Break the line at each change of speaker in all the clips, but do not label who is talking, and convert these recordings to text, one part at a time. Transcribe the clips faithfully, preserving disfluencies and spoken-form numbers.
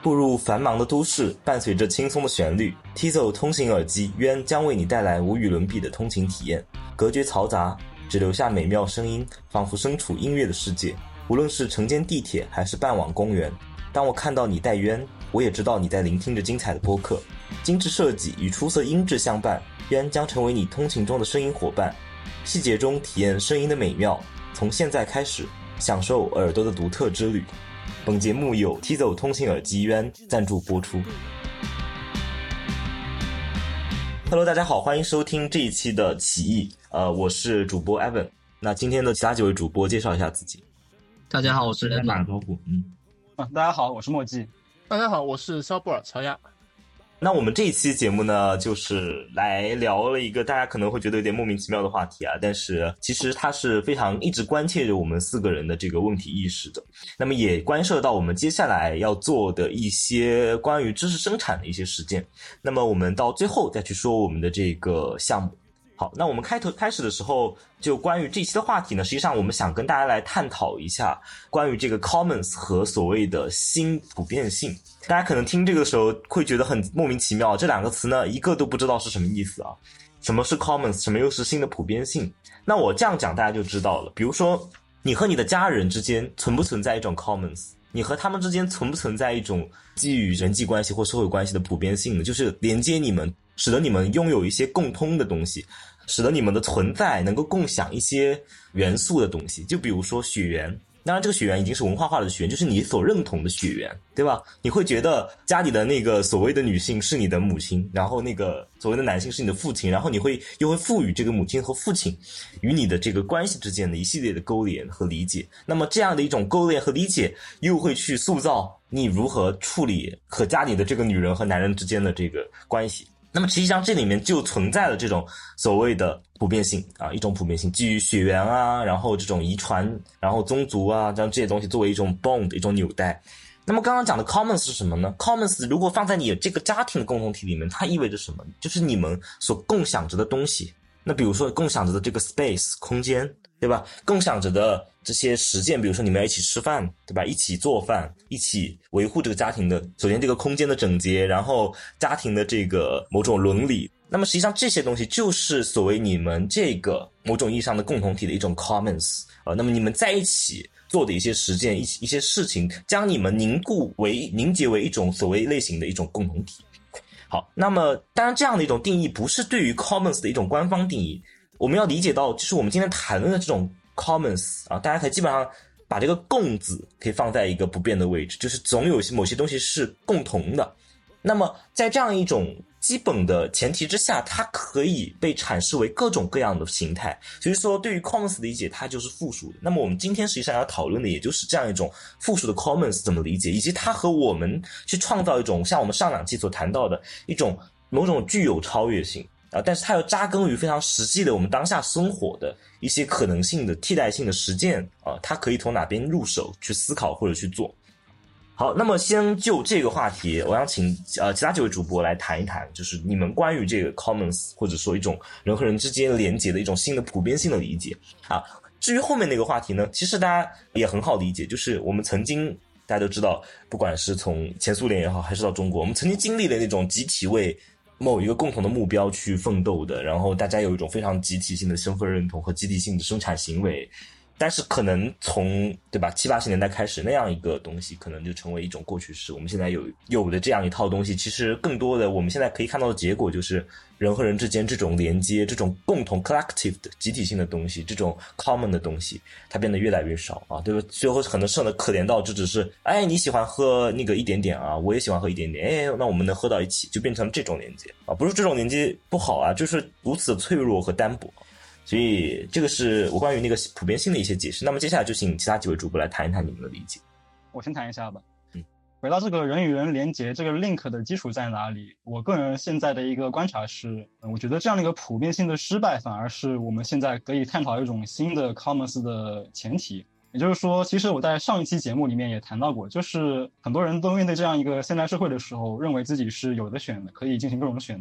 步入繁忙的都市，伴随着轻松的旋律 ，Tizo 通行耳机渊将为你带来无与伦比的通勤体验，隔绝嘈杂，只留下美妙声音，仿佛身处音乐的世界。无论是晨间地铁还是傍晚公园，当我看到你带渊，我也知道你在聆听着精彩的播客。精致设计与出色音质相伴，渊将成为你通勤中的声音伙伴，细节中体验声音的美妙。从现在开始，享受耳朵的独特之旅。本节目由 Tizo 通信耳机渊赞助播出。Hello， 大家好，欢迎收听这一期的起义。呃，我是主播 Evan。那今天的其他几位主播介绍一下自己。
大家好，我是 Evan。
打个招呼。嗯。
啊，大家好，我是墨迹。
大家好，我是肖布尔乔亚。
那我们这一期节目呢，就是来聊了一个大家可能会觉得有点莫名其妙的话题啊，但是其实它是非常一直关切着我们四个人的这个问题意识的，那么也关涉到我们接下来要做的一些关于知识生产的一些实践，那么我们到最后再去说我们的这个项目。好，那我们开头开始的时候，就关于这期的话题呢，实际上我们想跟大家来探讨一下关于这个 commons 和所谓的新普遍性。大家可能听这个的时候会觉得很莫名其妙，这两个词呢一个都不知道是什么意思啊。什么是 commons， 什么又是新的普遍性？那我这样讲大家就知道了。比如说你和你的家人之间存不存在一种 commons， 你和他们之间存不存在一种基于人际关系或社会关系的普遍性呢？就是连接你们，使得你们拥有一些共通的东西，使得你们的存在能够共享一些元素的东西。就比如说血缘，当然这个血缘已经是文化化的血缘，就是你所认同的血缘，对吧？你会觉得家里的那个所谓的女性是你的母亲，然后那个所谓的男性是你的父亲，然后你会又会赋予这个母亲和父亲与你的这个关系之间的一系列的勾连和理解。那么这样的一种勾连和理解又会去塑造你如何处理和家里的这个女人和男人之间的这个关系。那么实际上这里面就存在了这种所谓的普遍性啊，一种普遍性基于血缘啊，然后这种遗传，然后宗族啊，这样这些东西作为一种 bond 一种纽带。那么刚刚讲的 commons 是什么呢？ commons 如果放在你这个家庭的共同体里面，它意味着什么？就是你们所共享着的东西。那比如说共享着的这个 space 空间，对吧？共享着的这些实践，比如说你们要一起吃饭，对吧？一起做饭，一起维护这个家庭的，首先这个空间的整洁，然后家庭的这个某种伦理。那么实际上这些东西就是所谓你们这个某种意义上的共同体的一种 commons 啊、呃。那么你们在一起做的一些实践，一一些事情，将你们凝固为凝结为一种所谓类型的一种共同体。好，那么当然这样的一种定义不是对于 commons 的一种官方定义，我们要理解到就是我们今天谈论的这种 commons 啊，大家可以基本上把这个共字可以放在一个不变的位置，就是总有某些东西是共同的。那么在这样一种基本的前提之下，它可以被阐释为各种各样的形态。所以说对于 commons 的理解，它就是复数的。那么我们今天实际上要讨论的也就是这样一种复数的 commons 怎么理解，以及它和我们去创造一种像我们上两期所谈到的一种某种具有超越性啊，但是它又扎根于非常实际的我们当下生活的一些可能性的替代性的实践啊，它可以从哪边入手去思考或者去做。好，那么先就这个话题，我想请呃其他几位主播来谈一谈，就是你们关于这个 commons 或者说一种人和人之间连结的一种新的普遍性的理解啊。至于后面那个话题呢，其实大家也很好理解，就是我们曾经大家都知道，不管是从前苏联也好，还是到中国，我们曾经经历了那种集体为某一个共同的目标去奋斗的，然后大家有一种非常集体性的身份认同和集体性的生产行为。但是可能从对吧七八十年代开始，那样一个东西可能就成为一种过去式。我们现在有有的这样一套东西，其实更多的我们现在可以看到的结果就是人和人之间这种连接，这种共同 collective 的集体性的东西，这种 common 的东西，它变得越来越少啊，对吧？最后可能剩的可怜到就只是，哎，你喜欢喝那个一点点啊，我也喜欢喝一点点，哎，那我们能喝到一起，就变成这种连接啊，不是这种连接不好啊，就是如此脆弱和单薄。所以这个是我关于那个普遍性的一些解释。那么接下来就请其他几位主播来谈一谈你们的理解。
我先谈一下吧。
嗯，
回到这个人与人连结，这个 link 的基础在哪里？我个人现在的一个观察是，我觉得这样的一个普遍性的失败，反而是我们现在可以探讨一种新的 commons 的前提。也就是说，其实我在上一期节目里面也谈到过，就是很多人都面对这样一个现代社会的时候，认为自己是有的选的，可以进行各种选择。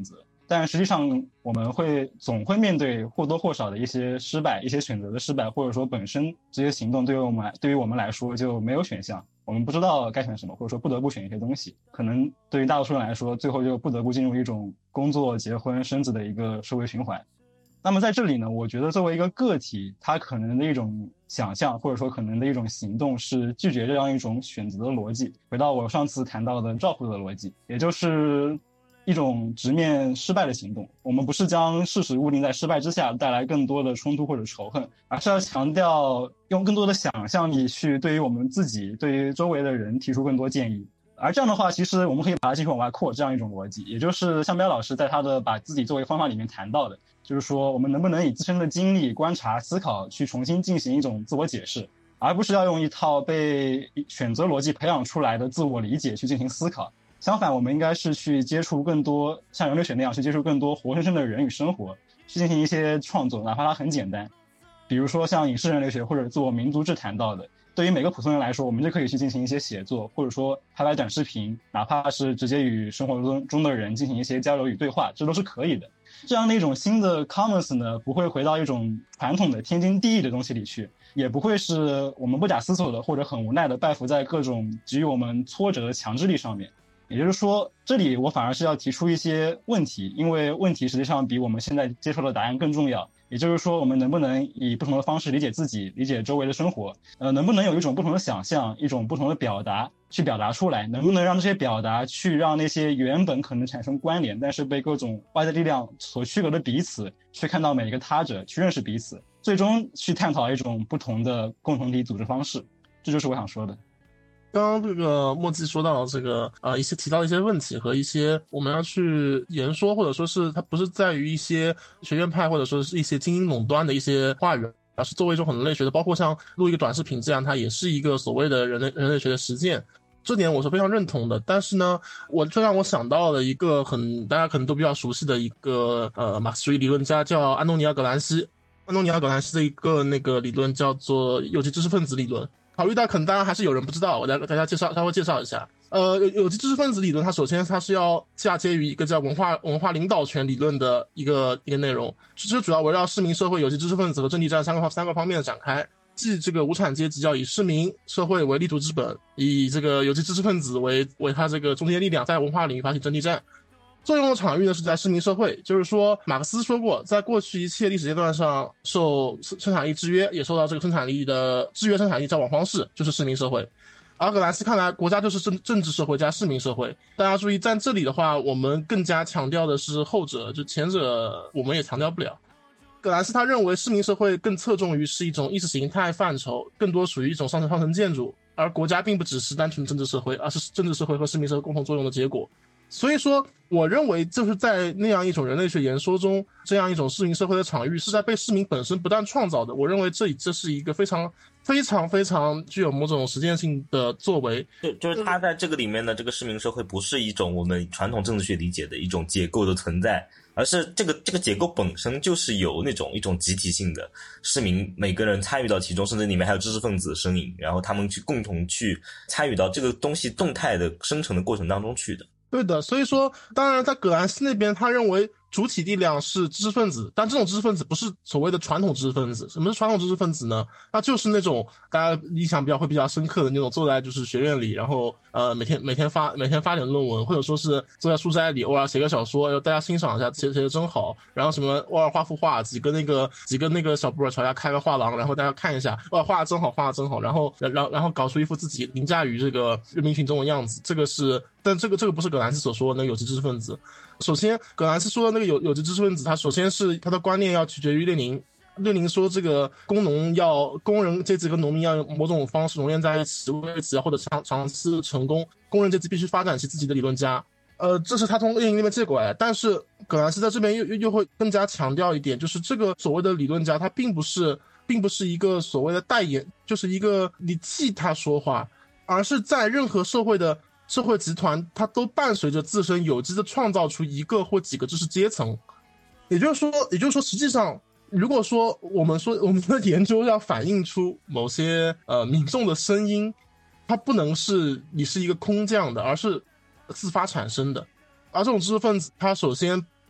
但实际上我们会总会面对或多或少的一些失败，一些选择的失败，或者说本身这些行动对于我们对于我们来说就没有选项，我们不知道该选什么，或者说不得不选一些东西，可能对于大多数人来说，最后就不得不进入一种工作、结婚、生子的一个社会循环。那么在这里呢，我觉得作为一个个体，他可能的一种想象，或者说可能的一种行动，是拒绝这样一种选择的逻辑。回到我上次谈到的照护的逻辑，也就是一种直面失败的行动。我们不是将事实固定在失败之下，带来更多的冲突或者仇恨，而是要强调用更多的想象力去对于我们自己、对于周围的人提出更多建议。而这样的话，其实我们可以把它继续往外扩，这样一种逻辑，也就是向彪老师在他的把自己作为方法里面谈到的，就是说我们能不能以自身的经历、观察、思考去重新进行一种自我解释，而不是要用一套被选择逻辑培养出来的自我理解去进行思考。相反，我们应该是去接触更多像人类学那样去接触更多活生生的人与生活，去进行一些创作，哪怕它很简单。比如说像影视人类学或者做民族志谈到的，对于每个普通人来说，我们就可以去进行一些写作，或者说拍拍短视频，哪怕是直接与生活中中的人进行一些交流与对话，这都是可以的。这样的一种新的 commons 呢，不会回到一种传统的天经地义的东西里去，也不会是我们不假思索的或者很无奈的拜服在各种给予我们挫折的强制力上面。也就是说，这里我反而是要提出一些问题，因为问题实际上比我们现在接受的答案更重要。也就是说，我们能不能以不同的方式理解自己，理解周围的生活？呃，能不能有一种不同的想象，一种不同的表达去表达出来？能不能让这些表达去让那些原本可能产生关联，但是被各种外在力量所区隔的彼此，去看到每一个他者，去认识彼此，最终去探讨一种不同的共同体组织方式？这就是我想说的。
刚刚这个墨迹说到这个呃一些提到的一些问题和一些我们要去言说，或者说是它不是在于一些学院派或者说是一些精英垄断的一些话语，而是作为一种很人类学的，包括像录一个短视频这样，它也是一个所谓的人类人类学的实践。这点我是非常认同的。但是呢，我这让我想到了一个很大家可能都比较熟悉的一个呃马克思主义理论家，叫安东尼奥·葛兰西。安东尼奥·葛兰西的一个那个理论叫做有机知识分子理论。考虑到可能当然还是有人不知道，我来给大家介绍稍微介绍一下。呃，有有机知识分子理论，它首先它是要嫁接于一个叫文化文化领导权理论的一个一个内容，这主要围绕市民社会、有机知识分子和阵地战三个三个方面的展开。即这个无产阶级要以市民社会为立足之本，以这个有机知识分子为为他这个中坚力量，在文化领域发起阵地战。作用的场域呢是在市民社会，就是说马克思说过，在过去一切历史阶段上受生产力制约，也受到这个生产力的制约生产力交往方式就是市民社会。而葛兰西看来，国家就是政政治社会加市民社会。大家注意，在这里的话，我们更加强调的是后者，就前者我们也强调不了。葛兰西他认为市民社会更侧重于是一种意识形态范畴，更多属于一种上层上层建筑，而国家并不只是单纯政治社会，而是政治社会和市民社会共同作用的结果。所以说我认为就是在那样一种人类学言说中，这样一种市民社会的场域是在被市民本身不断创造的。我认为这里这是一个非常非常非常具有某种实践性的作为。
就就是它在这个里面的这个市民社会不是一种我们传统政治学理解的一种结构的存在，而是这个这个结构本身就是有那种一种集体性的，市民每个人参与到其中，甚至里面还有知识分子的身影，然后他们去共同去参与到这个东西动态的生成的过程当中去的。
对的，所以说当然在葛兰西那边他认为主体力量是知识分子，但这种知识分子不是所谓的传统知识分子。什么是传统知识分子呢？那就是那种大家印象比较会比较深刻的那种坐在就是学院里，然后呃每天每天发每天发点论文，或者说是坐在书斋里偶尔写个小说，大家欣赏一下，写写的真好，然后什么偶尔画幅画，几个那个几个那个小布尔乔亚开个画廊，然后大家看一下，哇画的真好画的真好，然后然后然后搞出一副自己凌驾于这个人民群众的样子。这个是但这个这个不是葛兰西所说的那个有机知识分子。首先葛兰西说的那个有有机知识分子，他首先是他的观念要取决于列宁。列宁说这个工农要工人阶级跟农民要用某种方式融连在一起，为此要获得长长期的成功，工人阶级必须发展其自己的理论家。呃，这是他从列宁那边借过来的。但是葛兰西在这边又又会更加强调一点，就是这个所谓的理论家他并不是并不是一个所谓的代言，就是一个你替他说话，而是在任何社会的社会集团，它都伴随着自身有机的创造出一个或几个知识阶层。也就是说也就是说实际上如果说我们说我们的研究要反映出某些呃民众的声音，它不能是你是一个空降的，而是自发产生的。而这种知识分子它首先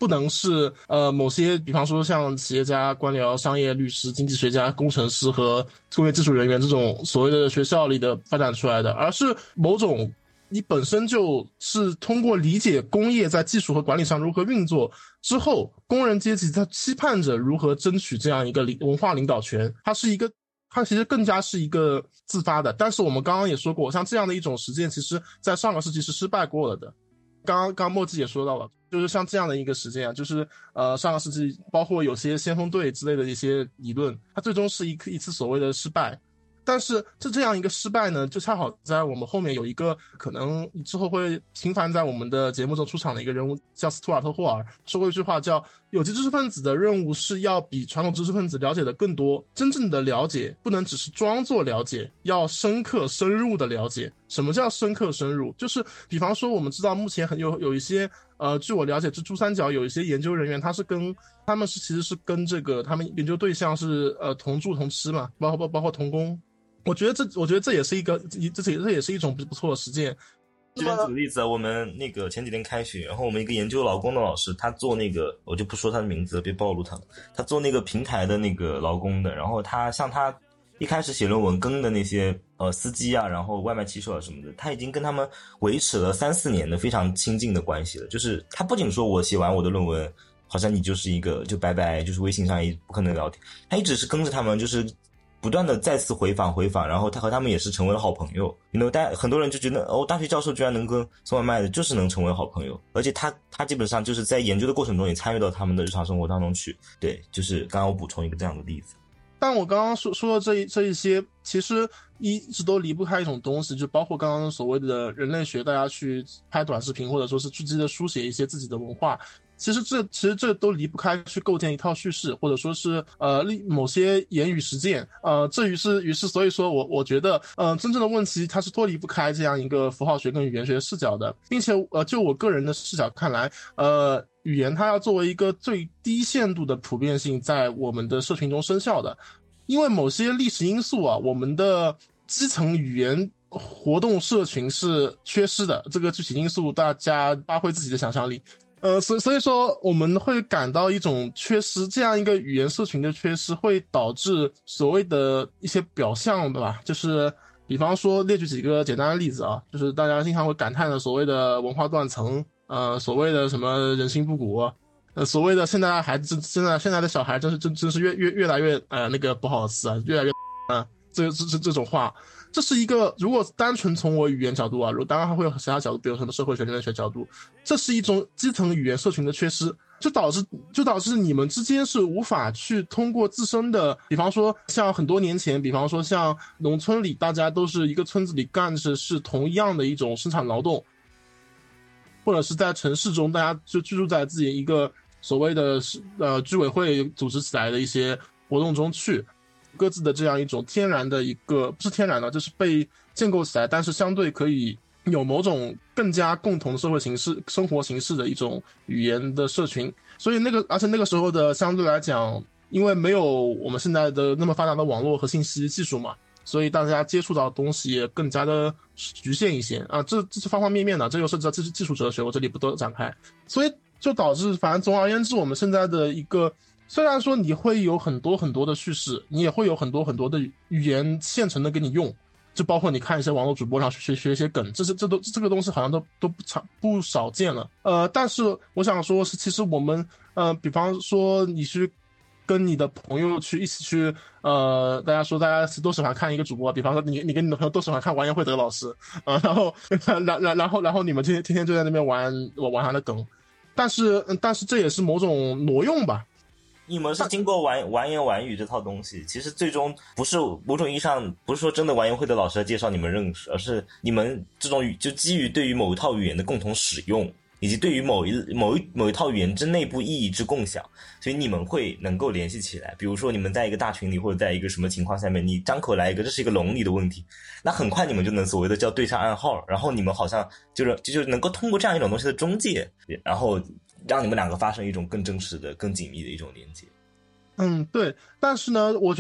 不能是呃某些比方说像企业家、官僚、商业、律师、经济学家、工程师和工业技术人员这种所谓的学校里的发展出来的，而是某种你本身就是通过理解工业在技术和管理上如何运作之后，工人阶级在期盼着如何争取这样一个文化领导权，它是一个它其实更加是一个自发的。但是我们刚刚也说过，像这样的一种实践其实在上个世纪是失败过了的。刚刚刚墨迹也说到了，就是像这样的一个实践啊，就是呃上个世纪包括有些先锋队之类的一些理论，它最终是一一次所谓的失败。但是这这样一个失败呢，就恰好在我们后面有一个可能之后会频繁在我们的节目中出场的一个人物，叫斯图尔特·霍尔，说过一句话叫有机知识分子的任务是要比传统知识分子了解的更多，真正的了解不能只是装作了解，要深刻深入的了解。什么叫深刻深入？就是比方说我们知道目前很有有一些呃，据我了解，这珠三角有一些研究人员，他是跟他们是其实是跟这个他们研究对象是呃同住同吃嘛，包括包括同工。我觉得这，我觉得这也是一个，这这也是一种不错的实践。
这边举个例子，我们那个前几天开学，然后我们一个研究劳工的老师，他做那个，我就不说他的名字了，别暴露他了。他做那个平台的那个劳工的，然后他像他一开始写论文跟的那些呃司机啊，然后外卖骑手啊什么的，他已经跟他们维持了三四年的非常亲近的关系了。就是他不仅说我写完我的论文，好像你就是一个就拜拜，就是微信上也不可能聊天，他一直是跟着他们，就是不断的再次回访回访，然后他和他们也是成为了好朋友。you know， 但很多人就觉得哦，大学教授居然能跟送外卖的，就是能成为好朋友，而且他他基本上就是在研究的过程中也参与到他们的日常生活当中去。对，就是刚刚我补充一个这样的例子。
但我刚刚说说的这一这一些，其实一直都离不开一种东西，就包括刚刚所谓的人类学，大家去拍短视频，或者说是去记得书写一些自己的文化。其实这其实这都离不开去构建一套叙事，或者说是呃某些言语实践。呃，这于是于是所以说我我觉得呃真正的问题它是脱离不开这样一个符号学跟语言学视角的，并且呃就我个人的视角看来，呃语言它要作为一个最低限度的普遍性在我们的社群中生效的。因为某些历史因素啊，我们的基层语言活动社群是缺失的，这个具体因素大家发挥自己的想象力。呃，所所以说我们会感到一种缺失，这样一个语言社群的缺失会导致所谓的一些表象的吧，就是比方说列举几个简单的例子啊，就是大家经常会感叹的所谓的文化断层，呃，所谓的什么人心不古，呃，所谓的现在的孩子，现在现在的小孩真是真真是越越越来越呃那个不好词啊，越来越啊，这这这这种话。这是一个，如果单纯从我语言角度啊，当然还会有其他角度，比如什么社会学、人类学角度，这是一种基层语言社群的缺失，就导致就导致你们之间是无法去通过自身的，比方说像很多年前，比方说像农村里大家都是一个村子里干着是同样的一种生产劳动，或者是在城市中大家就居住在自己一个所谓的呃居委会组织起来的一些活动中去。各自的这样一种天然的一个，不是天然的，就是被建构起来，但是相对可以有某种更加共同的社会形式、生活形式的一种语言的社群。所以那个，而且那个时候的相对来讲，因为没有我们现在的那么发达的网络和信息技术嘛，所以大家接触到的东西也更加的局限一些啊。这这是方方面面的，这又涉及到技技术哲学，我这里不多展开。所以就导致，反正总而言之，我们现在的一个。虽然说你会有很多很多的叙事，你也会有很多很多的语言现成的给你用，就包括你看一些网络主播上学学一些梗，这是这都这个东西好像都都不常不少见了。呃，但是我想说是，其实我们呃，比方说你去跟你的朋友去一起去呃，大家说大家都喜欢看一个主播，比方说你你跟你的朋友都喜欢看完颜慧德老师啊、呃，然后然然然后然后你们天天天天就在那边玩我玩他的梗，但是但是这也是某种挪用吧。
你们是经过完完言完语这套东西，其实最终不是某种意义上不是说真的完颜慧德老师来介绍你们认识，而是你们这种语就基于对于某一套语言的共同使用，以及对于某一某一某一套语言之内部意义之共享，所以你们会能够联系起来。比如说你们在一个大群里，或者在一个什么情况下面，你张口来一个这是一个笼里的问题，那很快你们就能所谓的叫对上暗号，然后你们好像就是就就能够通过这样一种东西的中介，然后让你们两个发生一种更真实的、更紧密的一种连接。
嗯，对。但是呢，我觉得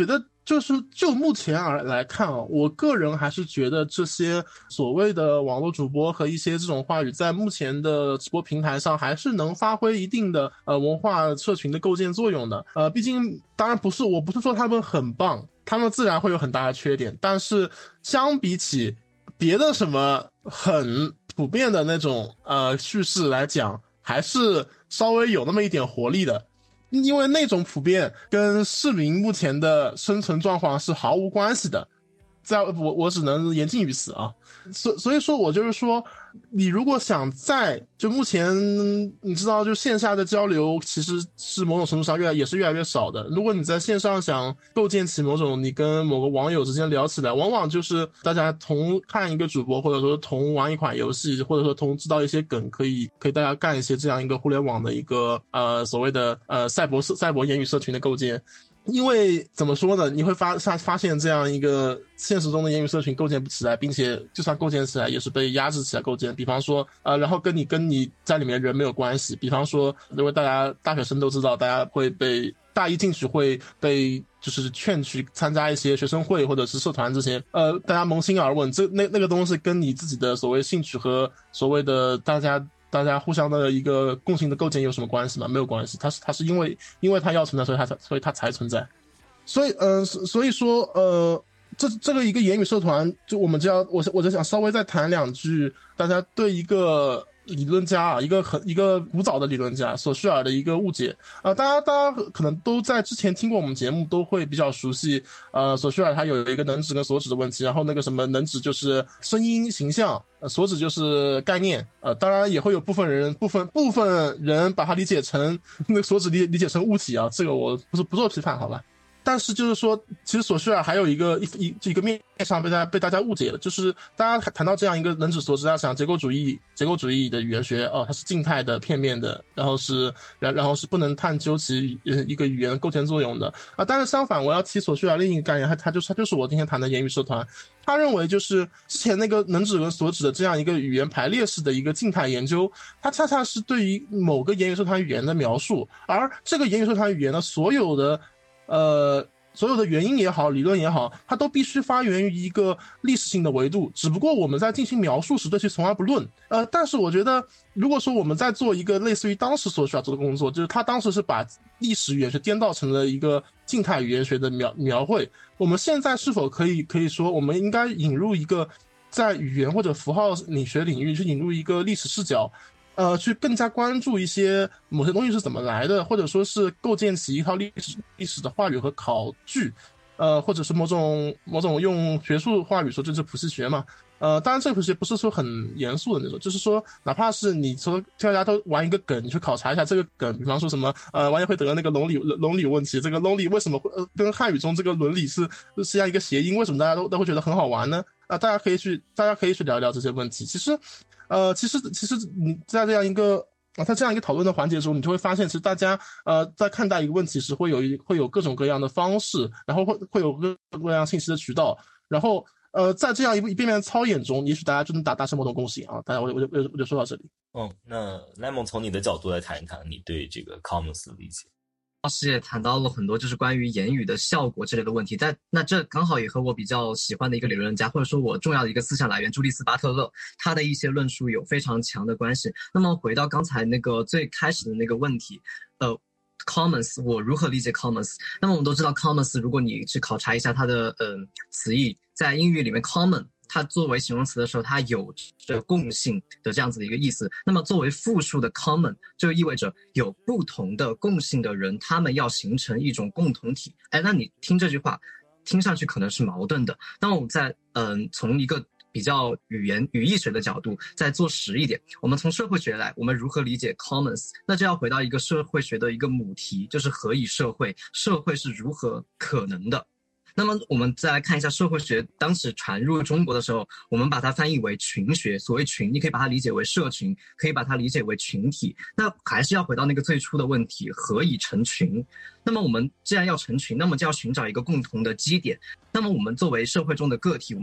就是就目前而来看啊，我个人还是觉得这些所谓的网络主播和一些这种话语，在目前的直播平台上还是能发挥一定的呃文化社群的构建作用的。呃，毕竟当然不是，我不是说他们很棒，他们自然会有很大的缺点，但是相比起别的什么很普遍的那种呃叙事来讲，还是稍微有那么一点活力的。因为那种普遍跟市民目前的生存状况是毫无关系的，在我我只能言尽于此啊。所所以说我就是说，你如果想在就目前你知道就线下的交流其实是某种程度上越来也是越来越少的，如果你在线上想构建起某种你跟某个网友之间聊起来，往往就是大家同看一个主播，或者说同玩一款游戏，或者说同知道一些梗，可以可以大家干一些这样一个互联网的一个呃所谓的呃赛博赛博言语社群的构建。因为怎么说呢，你会发发现这样一个现实中的言语社群构建不起来，并且就算构建起来也是被压制起来构建。比方说呃，然后跟你跟你在里面人没有关系。比方说因为大家大学生都知道，大家会被大一进去会被就是劝去参加一些学生会或者是社团这些，呃，大家扪心而问，这那那个东西跟你自己的所谓兴趣和所谓的大家大家互相的一个共性的构建有什么关系吗？没有关系，它是它是因为因为它要存在，所以它才所以它才存在。所以呃，所以说呃，这这个一个言语社团，就我们就要我我就想稍微再谈两句，大家对一个理论家啊，一个很一个古早的理论家索绪尔的一个误解啊、呃，大家大家可能都在之前听过我们节目，都会比较熟悉。呃，索绪尔他有一个能指跟所指的问题，然后那个什么能指就是声音形象，呃，所指就是概念。呃，当然也会有部分人部分部分人把它理解成那个所指理理解成物体啊，这个我不是不做批判，好吧。但是就是说，其实索绪尔还有一个一一一个面上被大家被大家误解了，就是大家谈到这样一个能指所指，大家想结构主义结构主义的语言学哦，它是静态的、片面的，然后是然然后是不能探究其一个语言构建作用的啊。但是相反，我要提索绪尔另一个概念，它它就是它就是我今天谈的言语社团。他认为就是之前那个能指跟所指的这样一个语言排列式的一个静态研究，它恰恰是对于某个言语社团语言的描述，而这个言语社团语言的所有的呃，所有的原因也好，理论也好，它都必须发源于一个历史性的维度。只不过我们在进行描述时对其从而不论。呃，但是我觉得，如果说我们在做一个类似于当时所需要做的工作，就是他当时是把历史语言学颠倒成了一个静态语言学的描描绘，我们现在是否可以可以说，我们应该引入一个在语言或者符号理学领域去引入一个历史视角？呃，去更加关注一些某些东西是怎么来的，或者说是构建起一套历史历史的话语和考据，呃，或者是某种某种用学术话语说就是谱系学嘛，呃，当然这个谱系学不是说很严肃的那种，就是说哪怕是你说大家都玩一个梗，你去考察一下这个梗，比方说什么呃，王爷会得了那个伦理伦理问题，这个伦理为什么会、呃、跟汉语中这个伦理是是这样一个谐音，为什么大家都都会觉得很好玩呢？啊、呃，大家可以去大家可以去聊一聊这些问题，其实。呃，其实其实你在这样一个啊，在这样一个讨论的环节中，你就会发现，其实大家呃在看待一个问题时，会有一会有各种各样的方式，然后会会有各种各样信息的渠道，然后呃在这样一一遍遍的操演中，也许大家就能达达成某种共识啊。大家我我就我就我就说到这里。
嗯，那 Lemon 从你的角度来谈一谈你对这个 Commons 的理解。
老师也谈到了很多就是关于言语的效果之类的问题，但那这刚好也和我比较喜欢的一个理论家，或者说我重要的一个思想来源朱利斯巴特勒他的一些论述有非常强的关系。那么回到刚才那个最开始的那个问题，呃 Commons 我如何理解 Commons？ 那么我们都知道 Commons 如果你去考察一下它的呃词义，在英语里面 common它作为形容词的时候，它有着共性的这样子的一个意思。那么作为复数的 common， 就意味着有不同的共性的人，他们要形成一种共同体。哎，那你听这句话，听上去可能是矛盾的。那我们在嗯、呃、从一个比较语言语义学的角度再做实一点，我们从社会学来，我们如何理解 commons？ 那就要回到一个社会学的一个母题，就是何以社会？社会是如何可能的？那么我们再来看一下社会学当时传入中国的时候，我们把它翻译为群学。所谓群，你可以把它理解为社群，可以把它理解为群体。那还是要回到那个最初的问题，何以成群？那么我们既然要成群，那么就要寻找一个共同的基点。那么我们作为社会中的个体，我们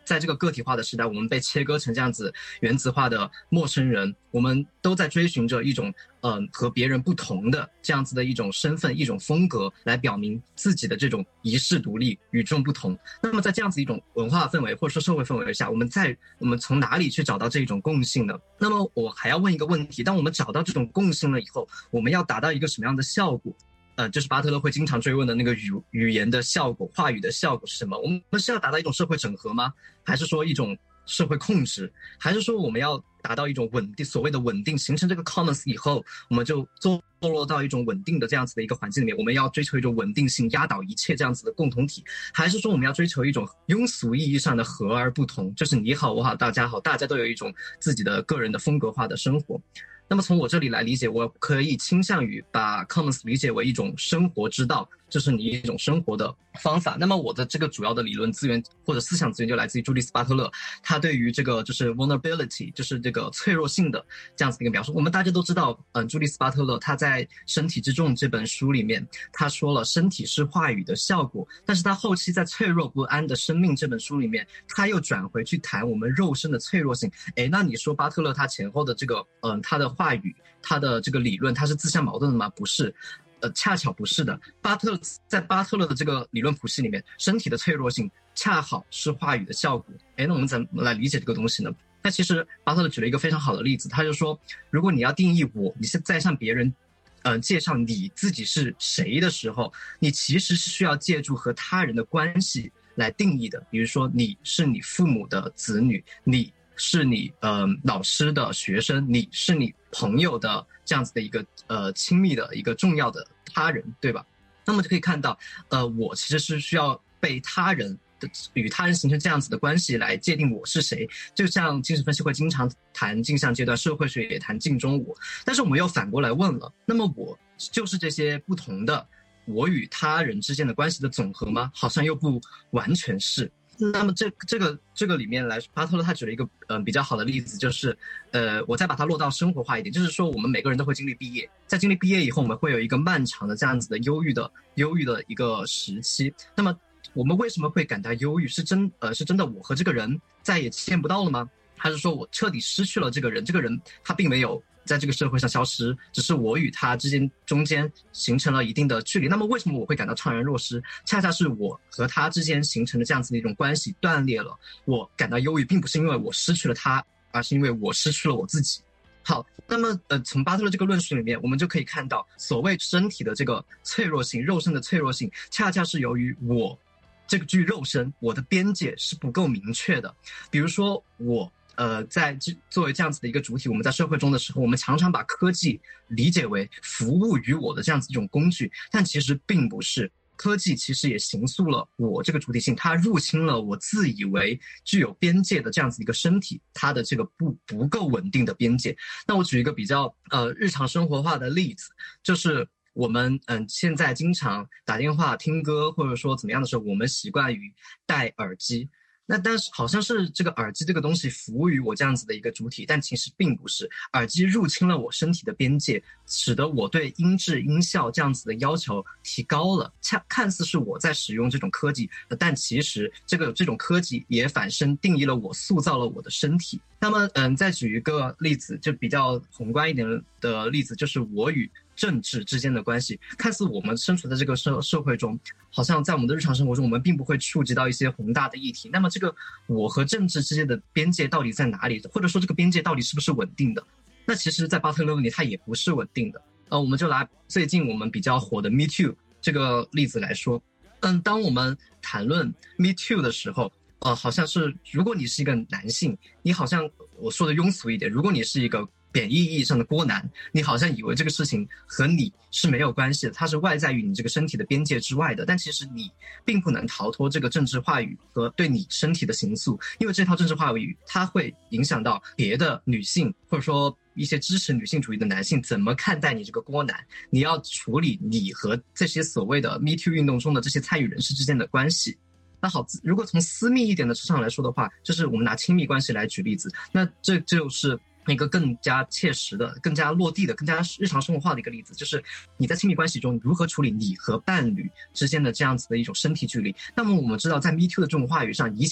在这个个体化的时代，我们被切割成这样子原子化的陌生人，我们都在追寻着一种嗯、呃、和别人不同的这样子的一种身份、一种风格，来表明自己的这种遗世独立、与众不同。那么在这样子一种文化氛围或者说社会氛围下，我们在我们从哪里去找到这种共性呢？那么我还要问一个问题：当我们找到这种共性了以后，我们要达到一个什么样的效果？呃，就是巴特勒会经常追问的那个语语言的效果、话语的效果是什么？我们是要达到一种社会整合吗？还是说一种社会控制？还是说我们要达到一种稳定，所谓的稳定，形成这个 commons 以后，我们就坐落到一种稳定的这样子的一个环境里面？我们要追求一种稳定性，压倒一切这样子的共同体？还是说我们要追求一种庸俗意义上的和而不同，就是你好我好大家好，大家都有一种自己的个人的风格化的生活？那么从我这里来理解，我可以倾向于把 commons 理解为一种生活之道，就是你一种生活的方法。那么我的这个主要的理论资源或者思想资源就来自于朱利斯巴特勒，他对于这个就是 vulnerability， 就是这个脆弱性的这样子的一个描述。我们大家都知道，嗯，朱利斯巴特勒他在《身体之重》这本书里面，他说了身体是话语的效果，但是他后期在《脆弱不安的生命》这本书里面，他又转回去谈我们肉身的脆弱性。诶，那你说巴特勒他前后的这个嗯，他的话语，他的这个理论，他是自相矛盾的吗？不是。呃，恰巧不是的。巴特在巴特勒的这个理论谱系里面，身体的脆弱性恰好是话语的效果。诶，那我们怎么来理解这个东西呢？那其实巴特勒举了一个非常好的例子，他就说，如果你要定义我，你是在向别人呃介绍你自己是谁的时候，你其实是需要借助和他人的关系来定义的。比如说你是你父母的子女，你是你呃老师的学生，你是你朋友的这样子的一个呃亲密的一个重要的他人，对吧？那么就可以看到，呃，我其实是需要被他人的与他人形成这样子的关系来界定我是谁。就像精神分析会经常谈镜像阶段，社会学也谈镜中我，但是我们又反过来问了，那么我就是这些不同的我与他人之间的关系的总和吗？好像又不完全是。那么这这个这个里面来，巴特勒他举了一个嗯、呃、比较好的例子，就是呃我再把它落到生活化一点，就是说我们每个人都会经历毕业，在经历毕业以后，我们会有一个漫长的这样子的忧郁的忧郁的一个时期。那么我们为什么会感到忧郁？是真呃是真的我和这个人再也见不到了吗？还是说我彻底失去了这个人？这个人他并没有在这个社会上消失，只是我与他之间中间形成了一定的距离。那么为什么我会感到怅然若失？恰恰是我和他之间形成的这样子的一种关系断裂了。我感到忧郁，并不是因为我失去了他，而是因为我失去了我自己。好，那么呃，从巴特勒这个论述里面，我们就可以看到，所谓身体的这个脆弱性，肉身的脆弱性，恰恰是由于我这个具肉身，我的边界是不够明确的。比如说我。呃，在作为这样子的一个主体，我们在社会中的时候，我们常常把科技理解为服务于我的这样子一种工具，但其实并不是。科技其实也形塑了我这个主体性，它入侵了我自以为具有边界的这样子一个身体，它的这个不不够稳定的边界。那我举一个比较呃日常生活化的例子，就是我们嗯现在经常打电话听歌，或者说怎么样的时候，我们习惯于戴耳机。那但是好像是这个耳机这个东西服务于我这样子的一个主体，但其实并不是。耳机入侵了我身体的边界，使得我对音质音效这样子的要求提高了。看看似是我在使用这种科技，但其实这个这种科技也反身定义了我，塑造了我的身体。那么嗯，再举一个例子，就比较宏观一点的例子，就是我与政治之间的关系。看似我们身处在这个社社会中，好像在我们的日常生活中，我们并不会触及到一些宏大的议题。那么这个我和政治之间的边界到底在哪里？或者说这个边界到底是不是稳定的？那其实在巴特勒里它也不是稳定的。呃，我们就拿最近我们比较火的 Me Too 这个例子来说，嗯，当我们谈论 Me Too 的时候，呃，好像是如果你是一个男性，你好像我说的庸俗一点，如果你是一个贬义意义上的锅男，你好像以为这个事情和你是没有关系的，它是外在于你这个身体的边界之外的。但其实你并不能逃脱这个政治话语和对你身体的形塑，因为这套政治话语它会影响到别的女性，或者说一些支持女性主义的男性怎么看待你这个锅男。你要处理你和这些所谓的 Me Too 运动中的这些参与人士之间的关系。那好，如果从私密一点的市场来说的话，就是我们拿亲密关系来举例子，那这就是一个更加切实的、更加落地的、更加日常生活化的一个例子，就是你在亲密关系中如何处理你和伴侣之间的这样子的一种身体距离。那么我们知道，在 Me Too 的这种话语上，一切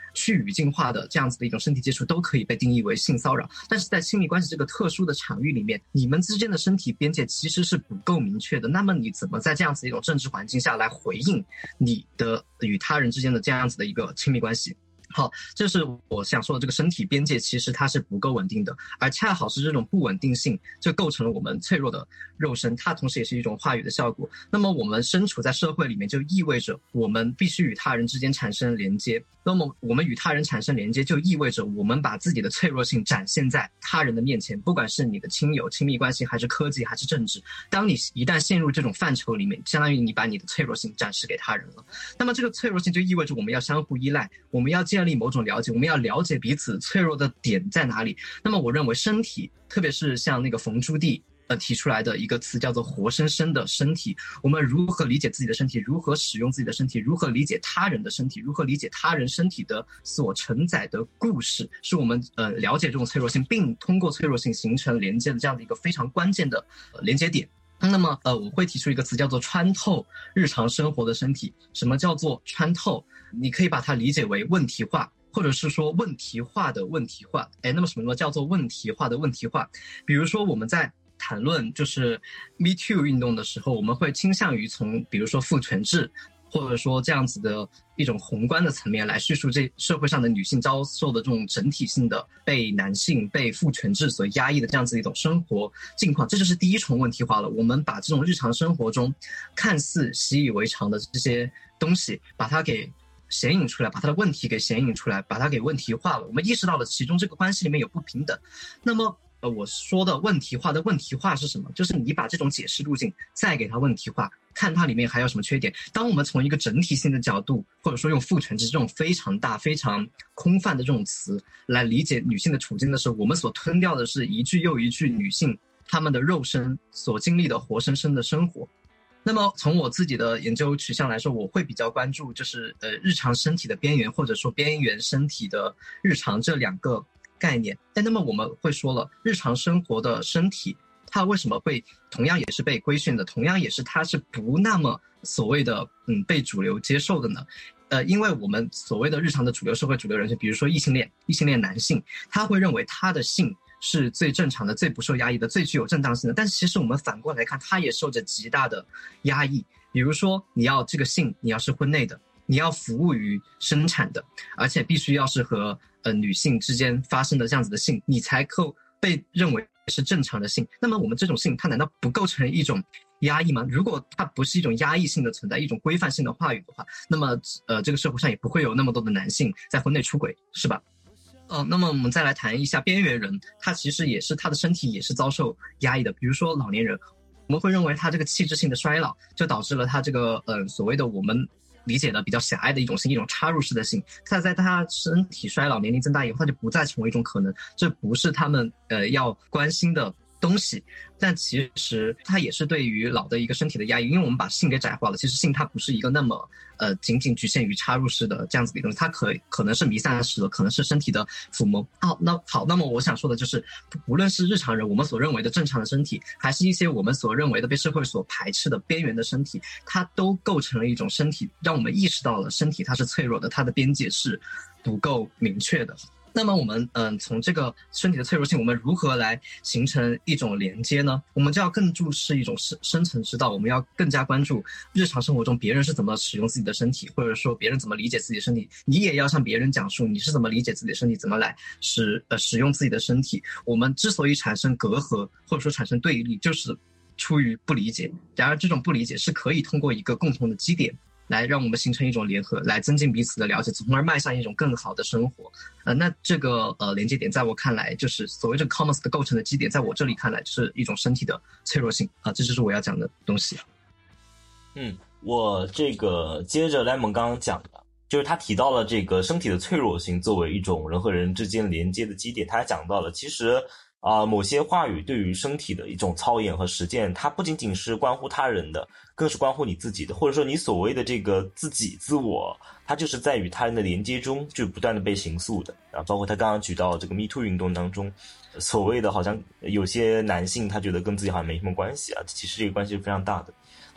去语境化的这样子的一种身体接触都可以被定义为性骚扰。但是在亲密关系这个特殊的场域里面，你们之间的身体边界其实是不够明确的，那么你怎么在这样子的一种政治环境下来回应你的与他人之间的这样子的一个亲密关系？好，这是我想说的，这个身体边界其实它是不够稳定的，而恰好是这种不稳定性就构成了我们脆弱的肉身，它同时也是一种话语的效果。那么我们身处在社会里面，就意味着我们必须与他人之间产生连接，那么我们与他人产生连接就意味着我们把自己的脆弱性展现在他人的面前，不管是你的亲友、亲密关系，还是科技，还是政治。当你一旦陷入这种范畴里面，相当于你把你的脆弱性展示给他人了。那么这个脆弱性就意味着我们要相互依赖，我们要建立某种了解，我们要了解彼此脆弱的点在哪里。那么我认为身体，特别是像那个冯朱棣呃提出来的一个词叫做活生生的身体，我们如何理解自己的身体，如何使用自己的身体，如何理解他人的身体，如何理解他人身体的所承载的故事，是我们呃了解这种脆弱性并通过脆弱性形成连接的这样的一个非常关键的呃连接点。那么呃我会提出一个词叫做穿透日常生活的身体。什么叫做穿透？你可以把它理解为问题化，或者是说问题化的问题化。哎，那么什么叫做问题化的问题化？比如说我们在谈论就是 Me Too 运动的时候，我们会倾向于从比如说父权制，或者说这样子的一种宏观的层面来叙述这社会上的女性遭受的这种整体性的被男性、被父权制所压抑的这样子一种生活境况。这就是第一重问题化了。我们把这种日常生活中看似习以为常的这些东西，把它给显影出来，把它的问题给显影出来，把它给问题化了。我们意识到了其中这个关系里面有不平等。那么呃，我说的问题化的问题化是什么？就是你把这种解释路径再给它问题化，看它里面还有什么缺点。当我们从一个整体性的角度，或者说用父权制这种非常大非常空泛的这种词来理解女性的处境的时候，我们所吞掉的是一句又一句女性她们的肉身所经历的活生生的生活。那么从我自己的研究取向来说，我会比较关注就是呃日常身体的边缘，或者说边缘身体的日常这两个概念。但那么我们会说了，日常生活的身体它为什么会同样也是被规训的，同样也是它是不那么所谓的嗯被主流接受的呢？呃，因为我们所谓的日常的主流社会主流人群，比如说异性恋异性恋男性，他会认为他的性是最正常的、最不受压抑的、最具有正当性的。但其实我们反过来看，他也受着极大的压抑。比如说你要这个性你要是婚内的，你要服务于生产的，而且必须要是和呃女性之间发生的这样子的性，你才可被认为是正常的性。那么我们这种性它难道不构成一种压抑吗？如果它不是一种压抑性的存在，一种规范性的话语的话，那么呃这个社会上也不会有那么多的男性在婚内出轨，是吧？呃，那么我们再来谈一下边缘人，他其实也是他的身体也是遭受压抑的。比如说老年人，我们会认为他这个器质性的衰老就导致了他这个呃所谓的我们理解的比较狭隘的一种性，一种插入式的性。他在他身体衰老、年龄增大以后，他就不再成为一种可能，这不是他们呃要关心的东西。但其实它也是对于老的一个身体的压抑，因为我们把性给窄化了。其实性它不是一个那么呃仅仅局限于插入式的这样子的东西，它可可能是弥散式的，可能是身体的抚摸。好，那好，那么我想说的就是，无论是日常人我们所认为的正常的身体，还是一些我们所认为的被社会所排斥的边缘的身体，它都构成了一种身体，让我们意识到了身体它是脆弱的，它的边界是不够明确的。那么我们嗯，从这个身体的脆弱性，我们如何来形成一种连接呢？我们就要更注视一种深深层之道，我们要更加关注日常生活中别人是怎么使用自己的身体，或者说别人怎么理解自己的身体，你也要向别人讲述你是怎么理解自己的身体，怎么来使呃使用自己的身体。我们之所以产生隔阂或者说产生对立，就是出于不理解。然而这种不理解是可以通过一个共同的基点来让我们形成一种联合，来增进彼此的了解，从而迈向一种更好的生活。呃，那这个呃连接点，在我看来，就是所谓这个 commons 的构成的基点，在我这里看来，就是一种身体的脆弱性啊、呃，这就是我要讲的东西。
嗯，我这个接着 Lemon 刚刚讲的，就是他提到了这个身体的脆弱性作为一种人和人之间连接的基点，他还讲到了其实。啊、呃，某些话语对于身体的一种操演和实践，它不仅仅是关乎他人的，更是关乎你自己的，或者说你所谓的这个自己自我，它就是在与他人的连接中就不断的被形塑的啊。包括他刚刚举到这个 Me Too 运动当中，所谓的好像有些男性他觉得跟自己好像没什么关系啊，其实这个关系是非常大的。好，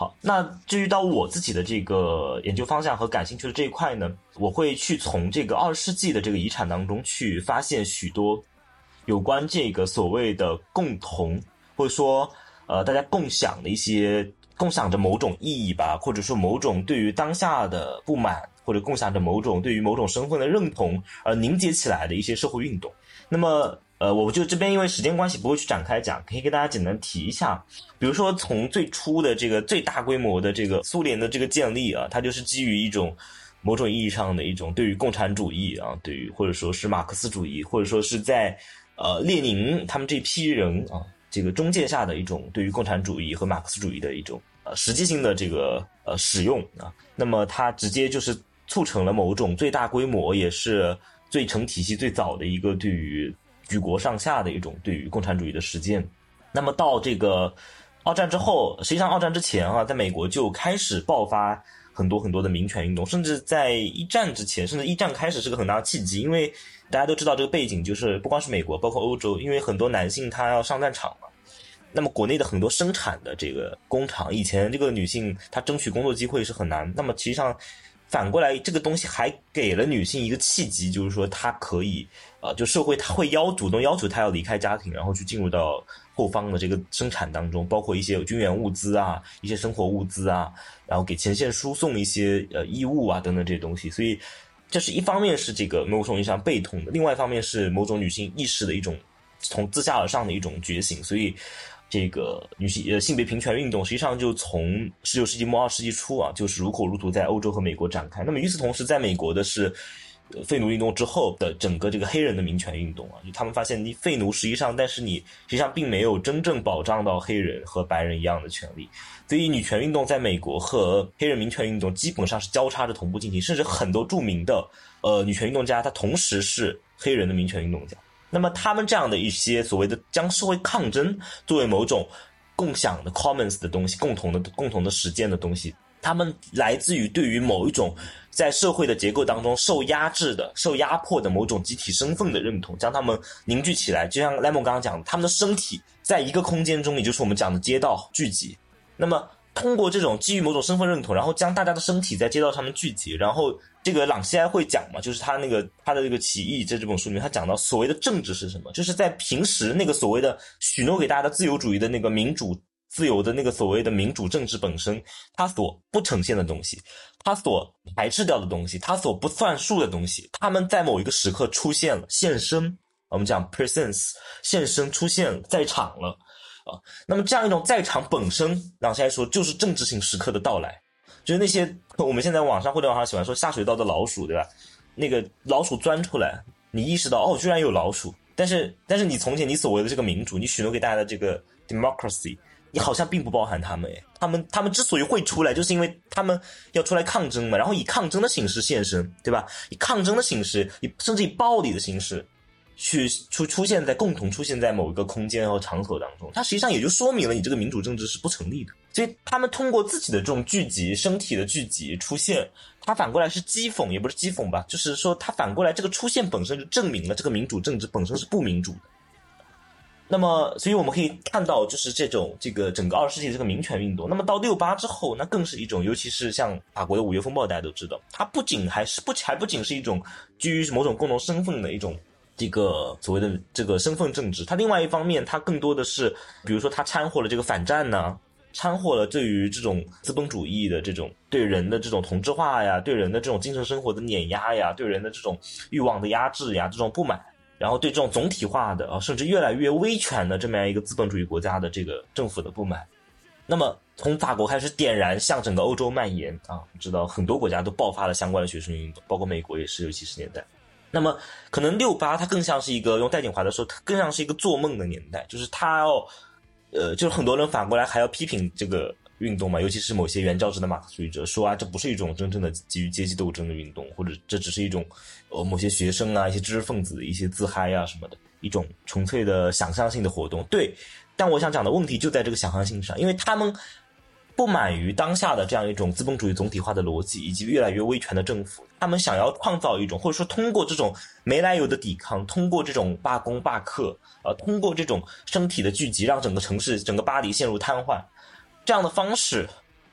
好，那至于到我自己的这个研究方向和感兴趣的这一块呢，我会去从这个二十世纪的这个遗产当中去发现许多有关这个所谓的共同，或者说呃大家共享的一些共享着某种意义吧，或者说某种对于当下的不满，或者共享着某种对于某种身份的认同而凝结起来的一些社会运动。那么呃，我就这边因为时间关系不会去展开讲，可以给大家简单提一下。比如说从最初的这个最大规模的这个苏联的这个建立啊，它就是基于一种某种意义上的一种对于共产主义啊，对于或者说是马克思主义，或者说是在呃列宁他们这批人啊这个中介下的一种对于共产主义和马克思主义的一种呃实际性的这个呃使用啊。那么它直接就是促成了某种最大规模也是最成体系最早的一个对于举国上下的一种对于共产主义的实践。那么到这个二战之后，实际上二战之前啊，在美国就开始爆发很多很多的民权运动，甚至在一战之前，甚至一战开始是个很大的契机。因为大家都知道这个背景，就是不光是美国，包括欧洲，因为很多男性他要上战场嘛，那么国内的很多生产的这个工厂，以前这个女性她争取工作机会是很难，那么实际上反过来这个东西还给了女性一个契机，就是说她可以呃，就社会她会要主动要求她要离开家庭，然后去进入到后方的这个生产当中，包括一些军援物资啊，一些生活物资啊，然后给前线输送一些呃衣物啊等等这些东西。所以这是一方面是这个某种意义上被动的，另外一方面是某种女性意识的一种从自下而上的一种觉醒。所以这个女性呃性别平权运动实际上就从十九世纪末二十世纪初啊，就是如火如荼在欧洲和美国展开。那么与此同时，在美国的是废奴运动之后的整个这个黑人的民权运动啊，就他们发现你废奴实际上，但是你实际上并没有真正保障到黑人和白人一样的权利，所以女权运动在美国和黑人民权运动基本上是交叉着同步进行，甚至很多著名的呃女权运动家，他同时是黑人的民权运动家。那么他们这样的一些所谓的将社会抗争作为某种共享的 commons 的东西，共同的共同的实践的东西，他们来自于对于某一种在社会的结构当中受压制的、受压迫的某种集体身份的认同，将他们凝聚起来。就像 Lemon 刚刚讲的，他们的身体在一个空间中，也就是我们讲的街道聚集。那么通过这种基于某种身份认同，然后将大家的身体在街道上面聚集，然后这个朗西埃会讲嘛，就是他那个他的这个起义这这本书里面，他讲到所谓的政治是什么，就是在平时那个所谓的许诺给大家的自由主义的那个民主自由的那个所谓的民主政治本身，它所不呈现的东西，它所排斥掉的东西，它所不算数的东西，他们在某一个时刻出现了，现身，我们讲 presence， 现身出现了，在场了啊。那么这样一种在场本身，朗西埃说就是政治性时刻的到来。就是那些我们现在网上互联网上喜欢说下水道的老鼠，对吧？那个老鼠钻出来，你意识到哦，居然有老鼠。但是但是你从前你所谓的这个民主，你许诺给大家的这个 democracy， 你好像并不包含他们诶。他们他们之所以会出来，就是因为他们要出来抗争嘛，然后以抗争的形式现身，对吧？以抗争的形式，以甚至以暴力的形式去出出现在共同出现在某一个空间和场所当中，它实际上也就说明了你这个民主政治是不成立的。所以他们通过自己的这种聚集，身体的聚集出现，他反过来是讥讽，也不是讥讽吧，就是说他反过来这个出现本身就证明了这个民主政治本身是不民主的。那么所以我们可以看到，就是这种这个整个二十世纪这个民权运动，那么到六八之后，那更是一种，尤其是像法国的五月风暴，大家都知道，它不仅还是不还不仅是一种基于某种共同身份的一种这个所谓的这个身份政治，它另外一方面，它更多的是，比如说它掺和了这个反战呢，掺和了对于这种资本主义的这种对人的这种同质化呀，对人的这种精神生活的碾压呀，对人的这种欲望的压制呀，这种不满，然后对这种总体化的啊，甚至越来越威权的这么样一个资本主义国家的这个政府的不满。那么从法国开始点燃，向整个欧洲蔓延啊，知道很多国家都爆发了相关的学生运动，包括美国也是，尤其是年代。那么可能六八它更像是一个，用戴锦华的说，它更像是一个做梦的年代，就是它要呃，就是很多人反过来还要批评这个运动嘛，尤其是某些原教旨的马克思主义者说啊，这不是一种真正的基于阶级斗争的运动，或者这只是一种呃某些学生啊、一些知识分子的一些自嗨啊什么的一种纯粹的想象性的活动。对，但我想讲的问题就在这个想象性上，因为他们不满于当下的这样一种资本主义总体化的逻辑以及越来越威权的政府，他们想要创造一种，或者说通过这种没来由的抵抗，通过这种罢工罢课，呃，通过这种身体的聚集，让整个城市整个巴黎陷入瘫痪，这样的方式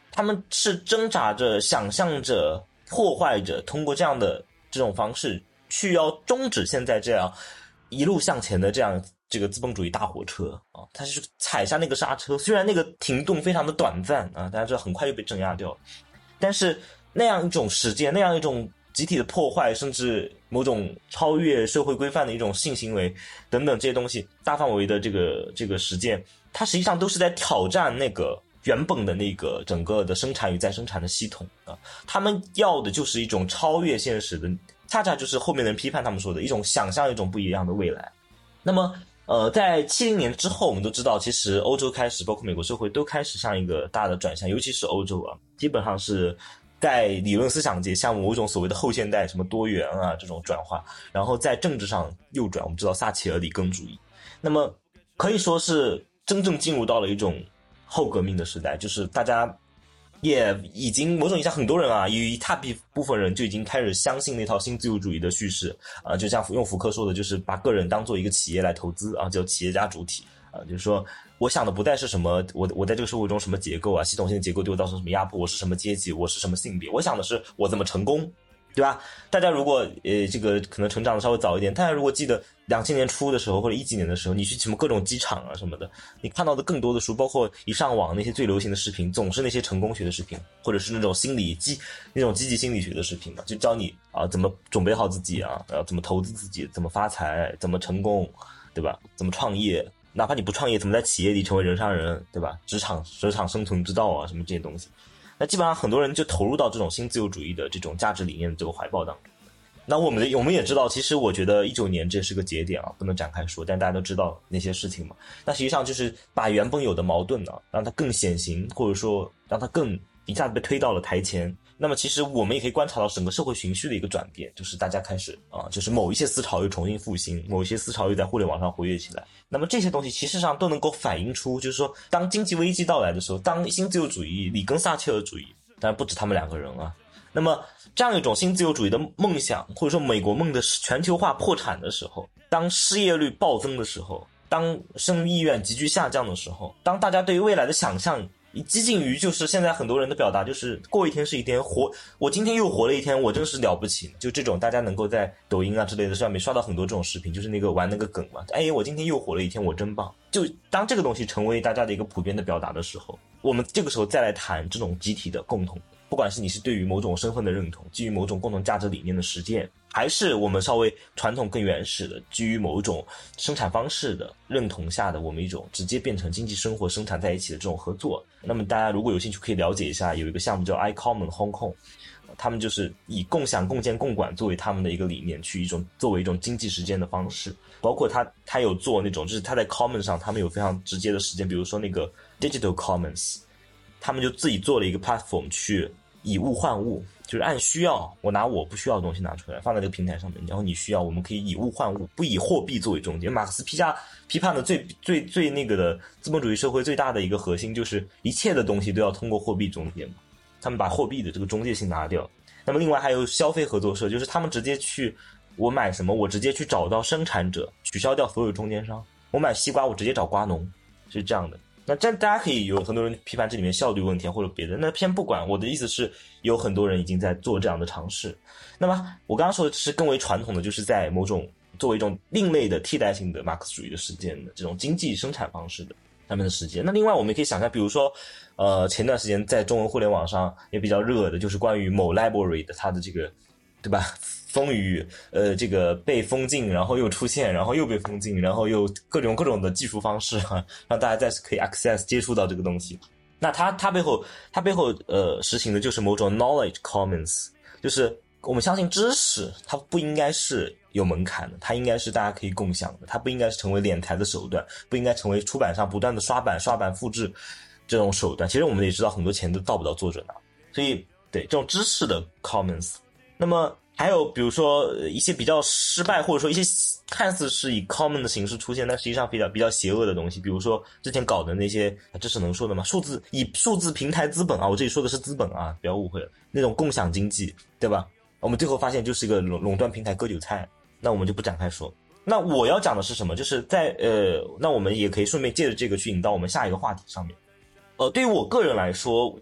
他们是挣扎着、想象着、破坏着，通过这样的这种方式去要终止现在这样一路向前的这样这个资本主义大火车啊，他是踩下那个刹车，虽然那个停顿非常的短暂啊，但是很快就被镇压掉了。但是那样一种实践，那样一种集体的破坏，甚至某种超越社会规范的一种性行为等等这些东西，大范围的这个这个实践，它实际上都是在挑战那个原本的那个整个的生产与再生产的系统啊。他们要的就是一种超越现实的，恰恰就是后面的人批判他们说的一种想象一种不一样的未来。那么呃，在七零年之后，我们都知道，其实欧洲开始，包括美国社会都开始向一个大的转向，尤其是欧洲啊，基本上是在理论思想界向某种所谓的后现代什么多元啊这种转化，然后在政治上右转，我们知道撒切尔里根主义，那么可以说是真正进入到了一种后革命的时代，就是大家也已经某种意义上很多人啊，有一大部分人就已经开始相信那套新自由主义的叙事啊、呃，就像用福柯说的，就是把个人当做一个企业来投资啊，叫企业家主体啊，就是说我想的不再是什么我我在这个社会中什么结构啊，系统性的结构对我造成什么压迫，我是什么阶级，我是什么性别，我想的是我怎么成功，对吧？大家如果呃这个可能成长的稍微早一点，大家如果记得两千年初的时候或者一几年的时候，你去什么各种机场啊什么的，你看到的更多的书，包括一上网那些最流行的视频，总是那些成功学的视频，或者是那种心理积那种积极心理学的视频嘛，就教你啊怎么准备好自己啊，呃怎么投资自己，怎么发财，怎么成功，对吧？怎么创业，哪怕你不创业，怎么在企业里成为人上人，对吧？职场职场生存之道啊，什么这些东西。那基本上很多人就投入到这种新自由主义的这种价值理念的这个怀抱当中。那我们的我们也知道，其实我觉得一九年这是个节点啊，不能展开说，但大家都知道那些事情嘛。那实际上就是把原本有的矛盾呢，让它更显形，或者说让它更一下子被推到了台前。那么其实我们也可以观察到整个社会情绪的一个转变，就是大家开始啊，就是某一些思潮又重新复兴，某一些思潮又在互联网上活跃起来。那么这些东西其实上都能够反映出，就是说当经济危机到来的时候，当新自由主义里根撒切尔主义，当然不止他们两个人啊，那么这样一种新自由主义的梦想，或者说美国梦的全球化破产的时候，当失业率暴增的时候，当生育意愿急剧下降的时候，当大家对于未来的想象激进于就是现在很多人的表达就是过一天是一天，活我今天又活了一天，我真是了不起，就这种大家能够在抖音啊之类的上面刷到很多这种视频，就是那个玩那个梗嘛，哎，我今天又活了一天，我真棒。就当这个东西成为大家的一个普遍的表达的时候，我们这个时候再来谈这种集体的共同，不管是你是对于某种身份的认同，基于某种共同价值理念的实践，还是我们稍微传统更原始的基于某种生产方式的认同下的我们一种直接变成经济生活生产在一起的这种合作。那么大家如果有兴趣可以了解一下，有一个项目叫 iCommon Hong Kong， 他们就是以共享共建共管作为他们的一个理念，去一种作为一种经济实践的方式。包括他他有做那种就是他在 Common 上他们有非常直接的实践，比如说那个 Digital Commons， 他们就自己做了一个 platform 去以物换物，就是按需要，我拿我不需要的东西拿出来放在这个平台上面，然后你需要，我们可以以物换物，不以货币作为中间。马克思批价批判的最最最那个的资本主义社会最大的一个核心就是一切的东西都要通过货币中间，他们把货币的这个中介性拿掉。那么另外还有消费合作社，就是他们直接去我买什么我直接去找到生产者，取消掉所有中间商，我买西瓜我直接找瓜农，是这样的。那这大家可以有很多人批判这里面效率问题或者别的，那偏不管，我的意思是有很多人已经在做这样的尝试。那么我刚刚说的是更为传统的，就是在某种作为一种另类的替代性的马克思主义的实践的这种经济生产方式的他们的实践。那另外我们也可以想象，比如说呃前段时间在中文互联网上也比较热的就是关于某 library 的它的这个对吧风雨，呃，这个被封禁，然后又出现，然后又被封禁，然后又各种各种的技术方式啊，让大家再次可以 access 接触到这个东西。那它它背后它背后呃实行的就是某种 knowledge commons， 就是我们相信知识它不应该是有门槛的，它应该是大家可以共享的，它不应该是成为敛财的手段，不应该成为出版商不断的刷版刷版复制这种手段。其实我们也知道很多钱都到不到作者那，所以对这种知识的 commons。那么还有比如说一些比较失败，或者说一些看似是以 common 的形式出现，但实际上比较比较邪恶的东西，比如说之前搞的那些，这是能说的吗？数字以数字平台资本啊，我这里说的是资本啊，不要误会了，那种共享经济，对吧？我们最后发现就是一个垄垄断平台割韭菜，那我们就不展开说。那我要讲的是什么？就是在呃，那我们也可以顺便借着这个去引到我们下一个话题上面。呃，对于我个人来说，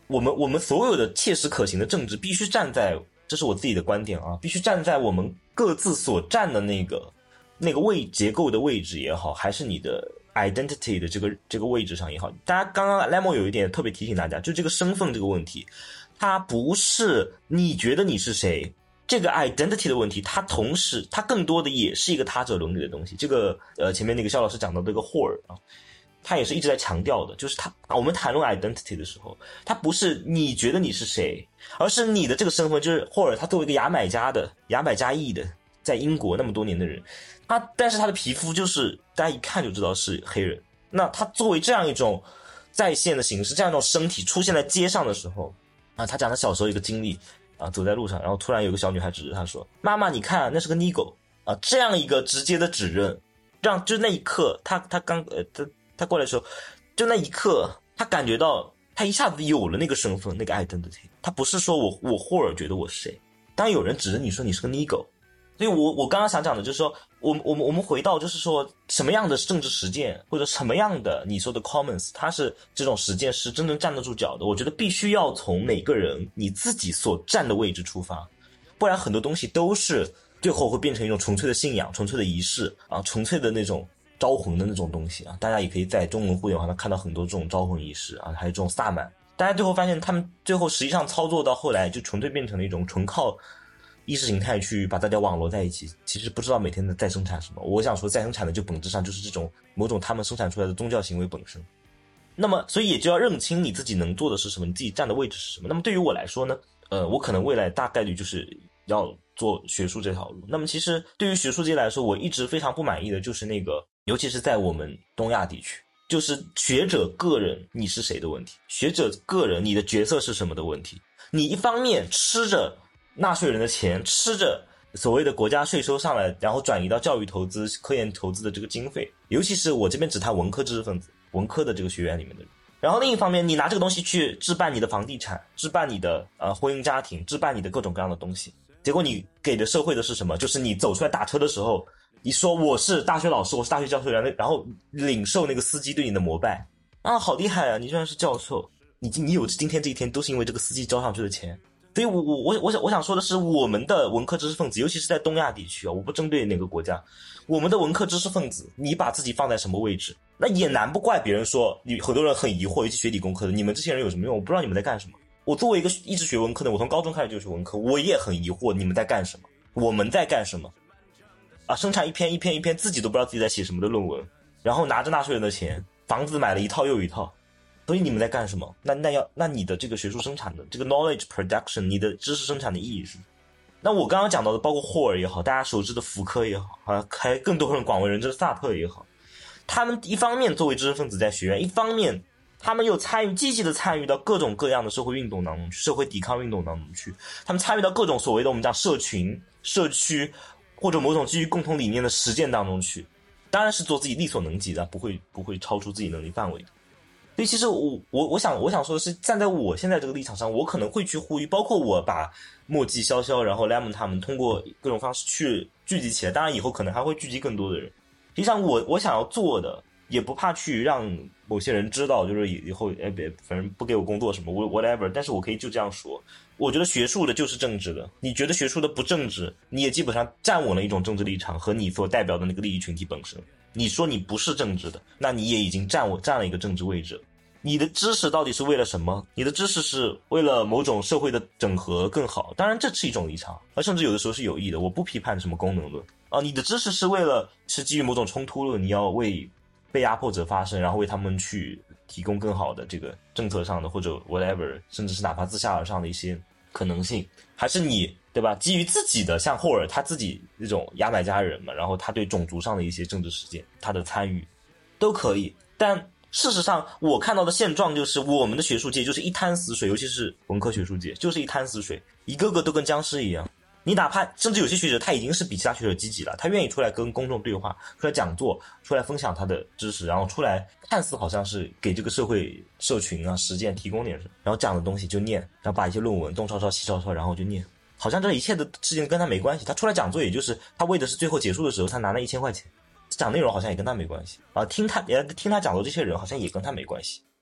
我们我们所有的切实可行的政治必须站在，这是我自己的观点啊，必须站在我们各自所站的那个那个位结构的位置也好，还是你的 identity 的这个这个位置上也好。大家刚刚 Lemon 有一点特别提醒大家，就这个身份这个问题，它不是你觉得你是谁这个 identity 的问题，它同时它更多的也是一个他者伦理的东西。这个呃前面那个肖老师讲到这个霍尔啊，他也是一直在强调的，就是他我们谈论 identity 的时候，他不是你觉得你是谁，而是你的这个身份，就是霍尔他作为一个牙买加的牙买加裔的在英国那么多年的人，他但是他的皮肤就是大家一看就知道是黑人，那他作为这样一种在线的形式，这样一种身体出现在街上的时候啊，他讲他小时候一个经历啊，走在路上，然后突然有个小女孩指着他说：“妈妈，你看，那是个 Negro 啊！”这样一个直接的指认，让就那一刻，他他刚呃他他过来的时候，就那一刻，他感觉到他一下子有了那个身份，那个 identity。他不是说我我霍尔觉得我是谁，当有人指着你说你是个 Negro， 所以我我刚刚想讲的就是说，我们我们我们回到就是说，什么样的政治实践，或者什么样的你说的 commons， 它是这种实践是真正站得住脚的。我觉得必须要从每个人你自己所站的位置出发，不然很多东西都是最后会变成一种纯粹的信仰、纯粹的仪式啊，纯粹的那种招魂的那种东西啊。大家也可以在中文互联网上看到很多这种招魂仪式啊，还有这种萨满。大家最后发现，他们最后实际上操作到后来，就纯粹变成了一种纯靠意识形态去把大家网罗在一起，其实不知道每天的在生产什么。我想说，在生产的就本质上就是这种某种他们生产出来的宗教行为本身。那么，所以也就要认清你自己能做的是什么，你自己站的位置是什么。那么对于我来说呢，呃，我可能未来大概率就是要做学术这条路。那么其实对于学术界来说，我一直非常不满意的就是那个，尤其是在我们东亚地区，就是学者个人你是谁的问题，学者个人你的角色是什么的问题。你一方面吃着纳税人的钱，吃着所谓的国家税收上来，然后转移到教育投资、科研投资的这个经费，尤其是我这边只谈文科知识分子、文科的这个学院里面的人。然后另一方面，你拿这个东西去置办你的房地产，置办你的呃婚姻家庭，置办你的各种各样的东西，结果你给的社会的是什么？就是你走出来打车的时候，你说我是大学老师，我是大学教授，然后领受那个司机对你的膜拜啊，好厉害啊！你居然是教授，你你有今天这一天都是因为这个司机交上去的钱。所以我我我我想我想说的是，我们的文科知识分子，尤其是在东亚地区啊，我不针对哪个国家，我们的文科知识分子，你把自己放在什么位置，那也难不怪别人说你很多人很疑惑，尤其学理工科的，你们这些人有什么用？我不知道你们在干什么。我作为一个一直学文科的，我从高中开始就学文科，我也很疑惑你们在干什么，我们在干什么啊？生产一篇一篇一篇自己都不知道自己在写什么的论文，然后拿着纳税人的钱，房子买了一套又一套。所以你们在干什么？那那要那你的这个学术生产的这个 knowledge production， 你的知识生产的意义是什么？那我刚刚讲到的，包括霍尔也好，大家熟知的福柯也好，啊，还更多人广为人知的萨特也好，他们一方面作为知识分子在学院，一方面他们又参与积极的参与到各种各样的社会运动当中去，社会抵抗运动当中去，他们参与到各种所谓的我们讲社群、社区或者某种基于共同理念的实践当中去，当然是做自己力所能及的，不会不会超出自己能力范围的。所以其实我我我想我想说的是，站在我现在这个立场上，我可能会去呼吁，包括我把墨迹、潇潇，然后 Lemon 他们通过各种方式去聚集起来，当然以后可能还会聚集更多的人。实际上我我想要做的，也不怕去让某些人知道，就是以后哎别反正不给我工作什么 whatever， 但是我可以就这样说，我觉得学术的就是政治的，你觉得学术的不正直，你也基本上站稳了一种政治立场和你所代表的那个利益群体本身。你说你不是政治的，那你也已经站我站了一个政治位置。你的知识到底是为了什么？你的知识是为了某种社会的整合更好，当然这是一种立场，而甚至有的时候是有益的。我不批判什么功能论啊，你的知识是为了是基于某种冲突论，你要为被压迫者发声，然后为他们去提供更好的这个政策上的或者 whatever， 甚至是哪怕自下而上的一些可能性，还是你对吧？基于自己的，像霍尔他自己那种牙买加人嘛，然后他对种族上的一些政治实践，他的参与都可以。但事实上，我看到的现状就是我们的学术界就是一滩死水，尤其是文科学术界就是一滩死水，一个个都跟僵尸一样。你哪怕甚至有些学者他已经是比其他学者积极了，他愿意出来跟公众对话，出来讲座，出来分享他的知识，然后出来看似好像是给这个社会社群啊实践提供点什么，然后讲的东西就念，然后把一些论文东抄抄西抄抄，然后就念，好像这一切的事情跟他没关系。他出来讲座也就是他为的是最后结束的时候他拿那一千块钱，讲内容好像也跟他没关系啊，听他听他讲座这些人好像也跟他没关系。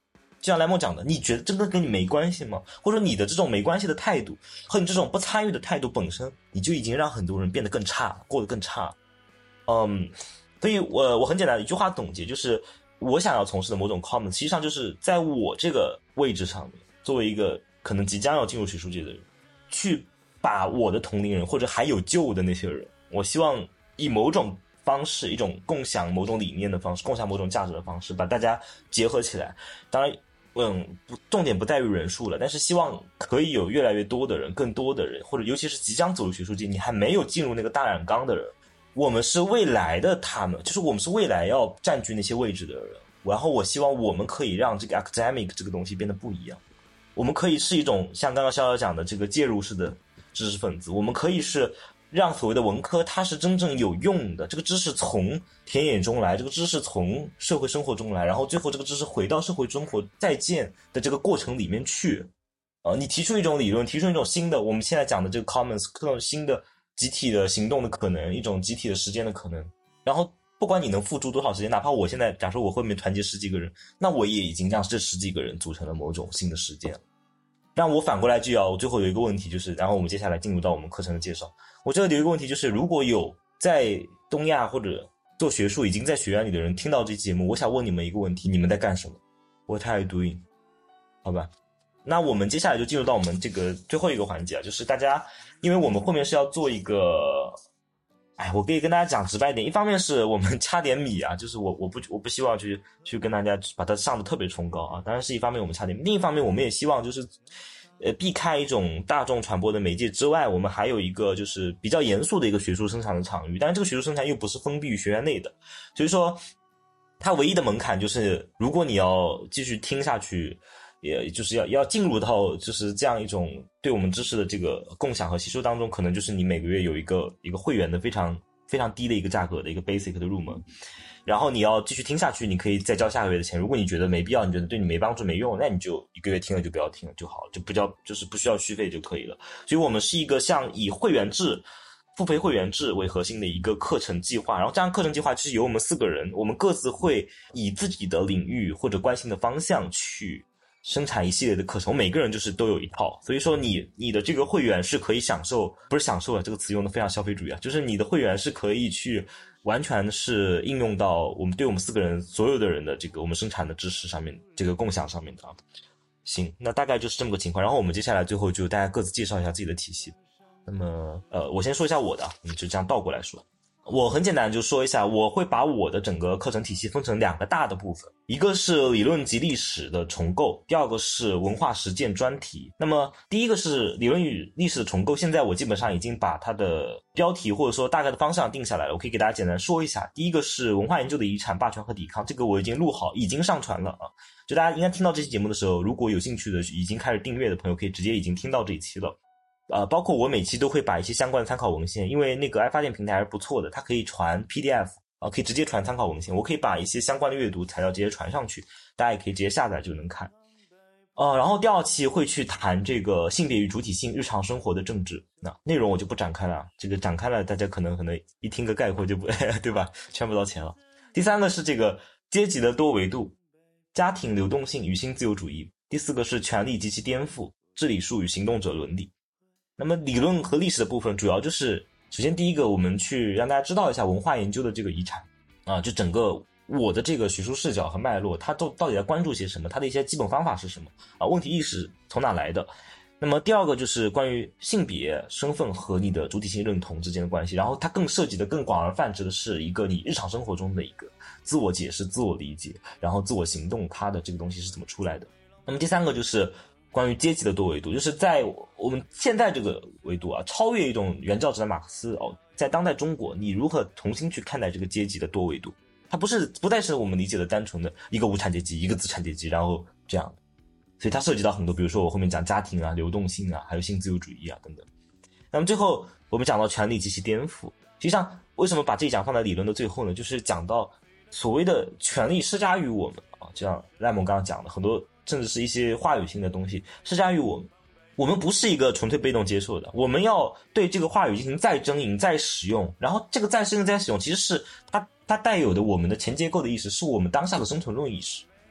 就像莱蒙讲的，你觉得真的跟你没关系吗？或者你的这种没关系的态度和你这种不参与的态度本身，你就已经让很多人变得更差，过得更差。嗯，所以我我很简单的一句话总结，就是我想要从事的某种 commons， 实际上就是在我这个位置上面，作为一个可能即将要进入学术界的人，去把我的同龄人或者还有救的那些人，我希望以某种方式，一种共享某种理念的方式，共享某种价值的方式，把大家结合起来。当然嗯，不，重点不在于人数了，但是希望可以有越来越多的人，更多的人，或者尤其是即将走入学术界，你还没有进入那个大染缸的人，我们是未来的他们，就是我们是未来要占据那些位置的人。然后我希望我们可以让这个 academic 这个东西变得不一样，我们可以是一种像刚刚逍遥讲的这个介入式的知识分子，我们可以是让所谓的文科它是真正有用的，这个知识从田野中来，这个知识从社会生活中来，然后最后这个知识回到社会生活再见的这个过程里面去。呃，你提出一种理论，提出一种新的我们现在讲的这个 commons 各种新的集体的行动的可能，一种集体的时间的可能，然后不管你能付诸多少时间，哪怕我现在假设我后面团结十几个人，那我也已经让这十几个人组成了某种新的实践了。让我反过来就要，我最后有一个问题就是，然后我们接下来进入到我们课程的介绍。我这里有一个问题就是，如果有在东亚或者做学术已经在学院里的人听到这期节目，我想问你们一个问题，你们在干什么？ What are you doing？ 好吧，那我们接下来就进入到我们这个最后一个环节啊，就是大家，因为我们后面是要做一个，哎，我可以跟大家讲直白一点，一方面是我们掐点米啊，就是我我不我不希望去去跟大家把它上的特别崇高啊，当然是一方面我们掐点米，另一方面我们也希望就是呃避开一种大众传播的媒介之外，我们还有一个就是比较严肃的一个学术生产的场域，但是这个学术生产又不是封闭于学院内的，所以说它唯一的门槛就是如果你要继续听下去，也就是要要进入到就是这样一种对我们知识的这个共享和吸收当中，可能就是你每个月有一个一个会员的非常非常低的一个价格的一个 basic 的入门，然后你要继续听下去，你可以再交下个月的钱。如果你觉得没必要，你觉得对你没帮助没用，那你就一个月听了就不要听了就好了，就不交就是不需要续费就可以了。所以我们是一个像以会员制付费会员制为核心的一个课程计划，然后这样课程计划就是由我们四个人，我们各自会以自己的领域或者关心的方向去生产一系列的课程，我每个人就是都有一套，所以说你你的这个会员是可以享受，不是享受了这个词用的非常消费主义啊，就是你的会员是可以去完全是应用到我们对我们四个人所有的人的这个我们生产的知识上面，这个共享上面的啊。行，那大概就是这么个情况，然后我们接下来最后就大家各自介绍一下自己的体系。那么呃，我先说一下我的，我们就这样倒过来说。我很简单就说一下，我会把我的整个课程体系分成两个大的部分，一个是理论及历史的重构，第二个是文化实践专题。那么第一个是理论与历史的重构，现在我基本上已经把它的标题或者说大概的方向定下来了，我可以给大家简单说一下。第一个是文化研究的遗产、霸权和抵抗，这个我已经录好，已经上传了啊。就大家应该听到这期节目的时候，如果有兴趣的已经开始订阅的朋友，可以直接已经听到这一期了。呃，包括我每期都会把一些相关的参考文献，因为那个爱发电平台还是不错的，它可以传 P D F 啊、呃，可以直接传参考文献，我可以把一些相关的阅读材料直接传上去，大家也可以直接下载就能看。呃，然后第二期会去谈这个性别与主体性日常生活的政治，那内容我就不展开了，这个展开了大家可能可能一听个概括就不对吧，圈不到钱了。第三个是这个阶级的多维度、家庭流动性与新自由主义。第四个是权力及其颠覆、治理术与行动者伦理。那么理论和历史的部分主要就是首先第一个我们去让大家知道一下文化研究的这个遗产啊，就整个我的这个学术视角和脉络，它都到底在关注些什么，它的一些基本方法是什么啊，问题意识从哪来的。那么第二个就是关于性别身份和你的主体性认同之间的关系，然后它更涉及的更广而泛之的是一个你日常生活中的一个自我解释、自我理解，然后自我行动它的这个东西是怎么出来的。那么第三个就是关于阶级的多维度，就是在我们现在这个维度啊，超越一种原教旨的马克思哦，在当代中国，你如何重新去看待这个阶级的多维度？它不是不再是我们理解的单纯的一个无产阶级、一个资产阶级，然后这样的，所以它涉及到很多，比如说我后面讲家庭啊、流动性啊，还有新自由主义啊等等。那么最后我们讲到权力及其颠覆，实际上为什么把这一讲放在理论的最后呢？就是讲到所谓的权力施加于我们啊，就像赖蒙刚刚讲的很多。甚至是一些话语性的东西施加于我们，我们不是一个纯粹被动接受的，我们要对这个话语进行再征引、再使用，然后这个再使用、再使用，其实是它它带有的我们的前结构的意识，是我们当下的生存论意识。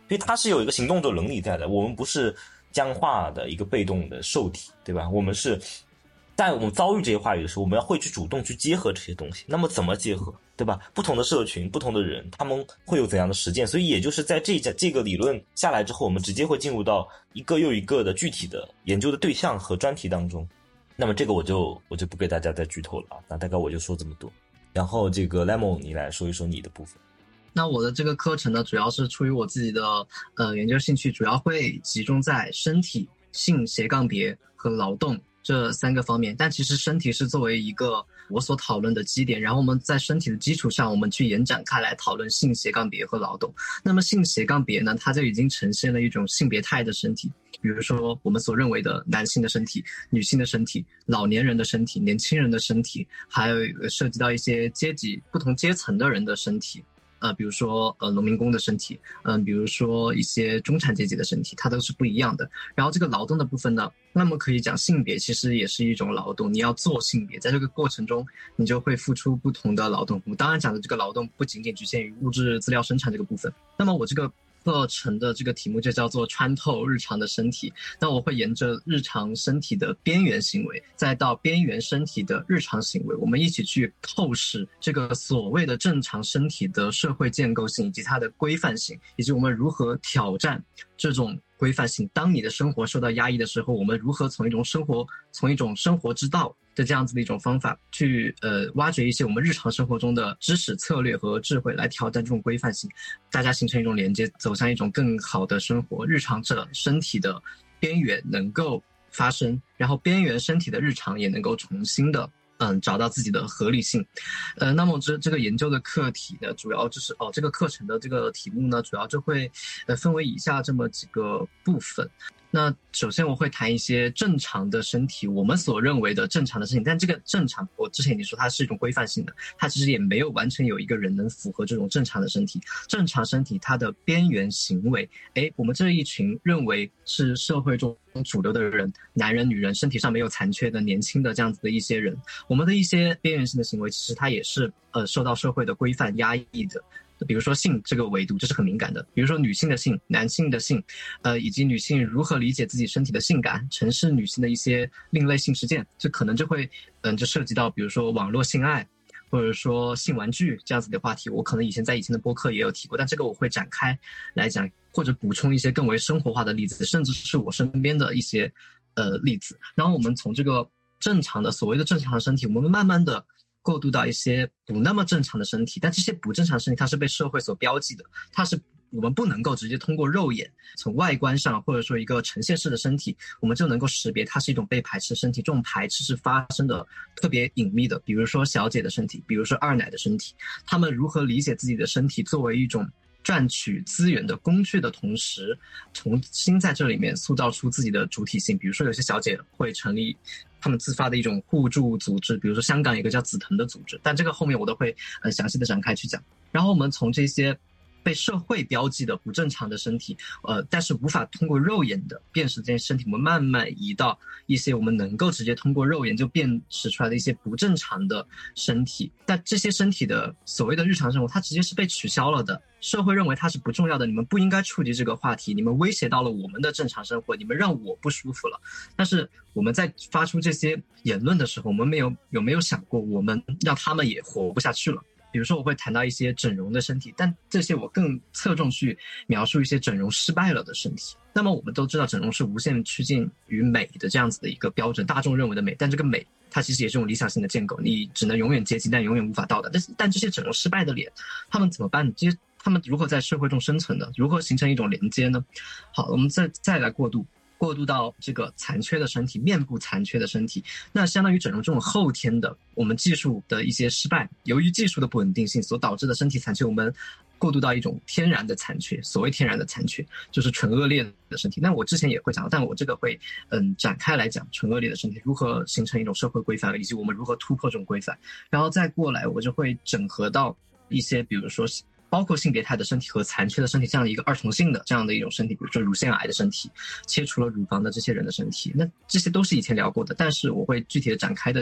因为它是有一个行动者能力在的，我们不是僵化的一个被动的受体，对吧？我们是在我们遭遇这些话语的时候，我们要会去主动去结合这些东西。那么怎么结合，对吧？不同的社群，不同的人，他们会有怎样的实践？所以也就是在这这个理论下来之后，我们直接会进入到一个又一个的具体的研究的对象和专题当中。那么这个我就我就不给大家再剧透了啊，那大概我就说这么多。然后这个 Lemon 你来说一说你的部分。
那我的这个课程呢，主要是出于我自己的呃研究兴趣，主要会集中在身体、性斜杠别和劳动这三个方面。但其实身体是作为一个我所讨论的基点，然后我们在身体的基础上，我们去延展开来讨论性斜杠别和劳动。那么性斜杠别呢，它就已经呈现了一种性别态的身体，比如说我们所认为的男性的身体、女性的身体、老年人的身体、年轻人的身体，还有涉及到一些阶级不同阶层的人的身体。呃，比如说呃农民工的身体，嗯、呃，比如说一些中产阶级的身体，它都是不一样的。然后这个劳动的部分呢，那么可以讲性别其实也是一种劳动，你要做性别，在这个过程中你就会付出不同的劳动。我们当然讲的这个劳动不仅仅局限于物质资料生产这个部分。那么我这个课程的这个题目就叫做穿透日常的身体，那我会沿着日常身体的边缘行为，再到边缘身体的日常行为，我们一起去透视这个所谓的正常身体的社会建构性以及它的规范性，以及我们如何挑战这种规范性。当你的生活受到压抑的时候，我们如何从一种生活从一种生活之道的这样子的一种方法去呃挖掘一些我们日常生活中的知识策略和智慧来挑战这种规范性，大家形成一种连接，走向一种更好的生活。日常这身体的边缘能够发生，然后边缘身体的日常也能够重新的嗯找到自己的合理性。呃那么这这个研究的课题呢，主要就是哦这个课程的这个题目呢，主要就会呃分为以下这么几个部分。那首先我会谈一些正常的身体，我们所认为的正常的身体，但这个正常我之前已经说它是一种规范性的，它其实也没有完全有一个人能符合这种正常的身体。正常身体它的边缘行为，诶我们这一群认为是社会中主流的人，男人女人，身体上没有残缺的年轻的这样子的一些人，我们的一些边缘性的行为其实它也是呃受到社会的规范压抑的。比如说性这个维度，这是很敏感的。比如说女性的性、男性的性，呃，以及女性如何理解自己身体的性感，城市女性的一些另类性实践，这可能就会，嗯，就涉及到比如说网络性爱，或者说性玩具这样子的话题。我可能以前在以前的播客也有提过，但这个我会展开来讲，或者补充一些更为生活化的例子，甚至是我身边的一些呃例子。然后我们从这个正常的所谓的正常的身体，我们慢慢的过渡到一些不那么正常的身体，但这些不正常的身体它是被社会所标记的，它是我们不能够直接通过肉眼从外观上或者说一个呈现式的身体，我们就能够识别它是一种被排斥的身体。这种排斥是发生的特别隐秘的，比如说小姐的身体，比如说二奶的身体，他们如何理解自己的身体作为一种赚取资源的工具的同时，重新在这里面塑造出自己的主体性。比如说有些小姐会成立他们自发的一种互助组织，比如说香港有一个叫紫藤的组织，但这个后面我都会呃详细的展开去讲。然后我们从这些被社会标记的不正常的身体，呃，但是无法通过肉眼的辨识这些身体，我们慢慢移到一些我们能够直接通过肉眼就辨识出来的一些不正常的身体。但这些身体的所谓的日常生活，它直接是被取消了的。社会认为它是不重要的，你们不应该触及这个话题，你们威胁到了我们的正常生活，你们让我不舒服了。但是我们在发出这些言论的时候，我们没有有没有想过，我们让他们也活不下去了。比如说我会谈到一些整容的身体，但这些我更侧重去描述一些整容失败了的身体。那么我们都知道整容是无限趋近于美的这样子的一个标准，大众认为的美，但这个美它其实也是一种理想性的建构，你只能永远接近但永远无法到达。但是但这些整容失败的脸他们怎么办？这些他们如何在社会中生存呢？如何形成一种连接呢？好，我们再再来过渡过渡到这个残缺的身体，面部残缺的身体，那相当于整容这种后天的我们技术的一些失败，由于技术的不稳定性所导致的身体残缺，我们过渡到一种天然的残缺。所谓天然的残缺就是纯恶劣的身体，那我之前也会讲，但我这个会嗯展开来讲纯恶劣的身体如何形成一种社会规范，以及我们如何突破这种规范。然后再过来我就会整合到一些比如说包括性别态的身体和残缺的身体这样的一个二重性的这样的一种身体，比如说乳腺癌的身体，切除了乳房的这些人的身体，那这些都是以前聊过的，但是我会具体的展开的讲。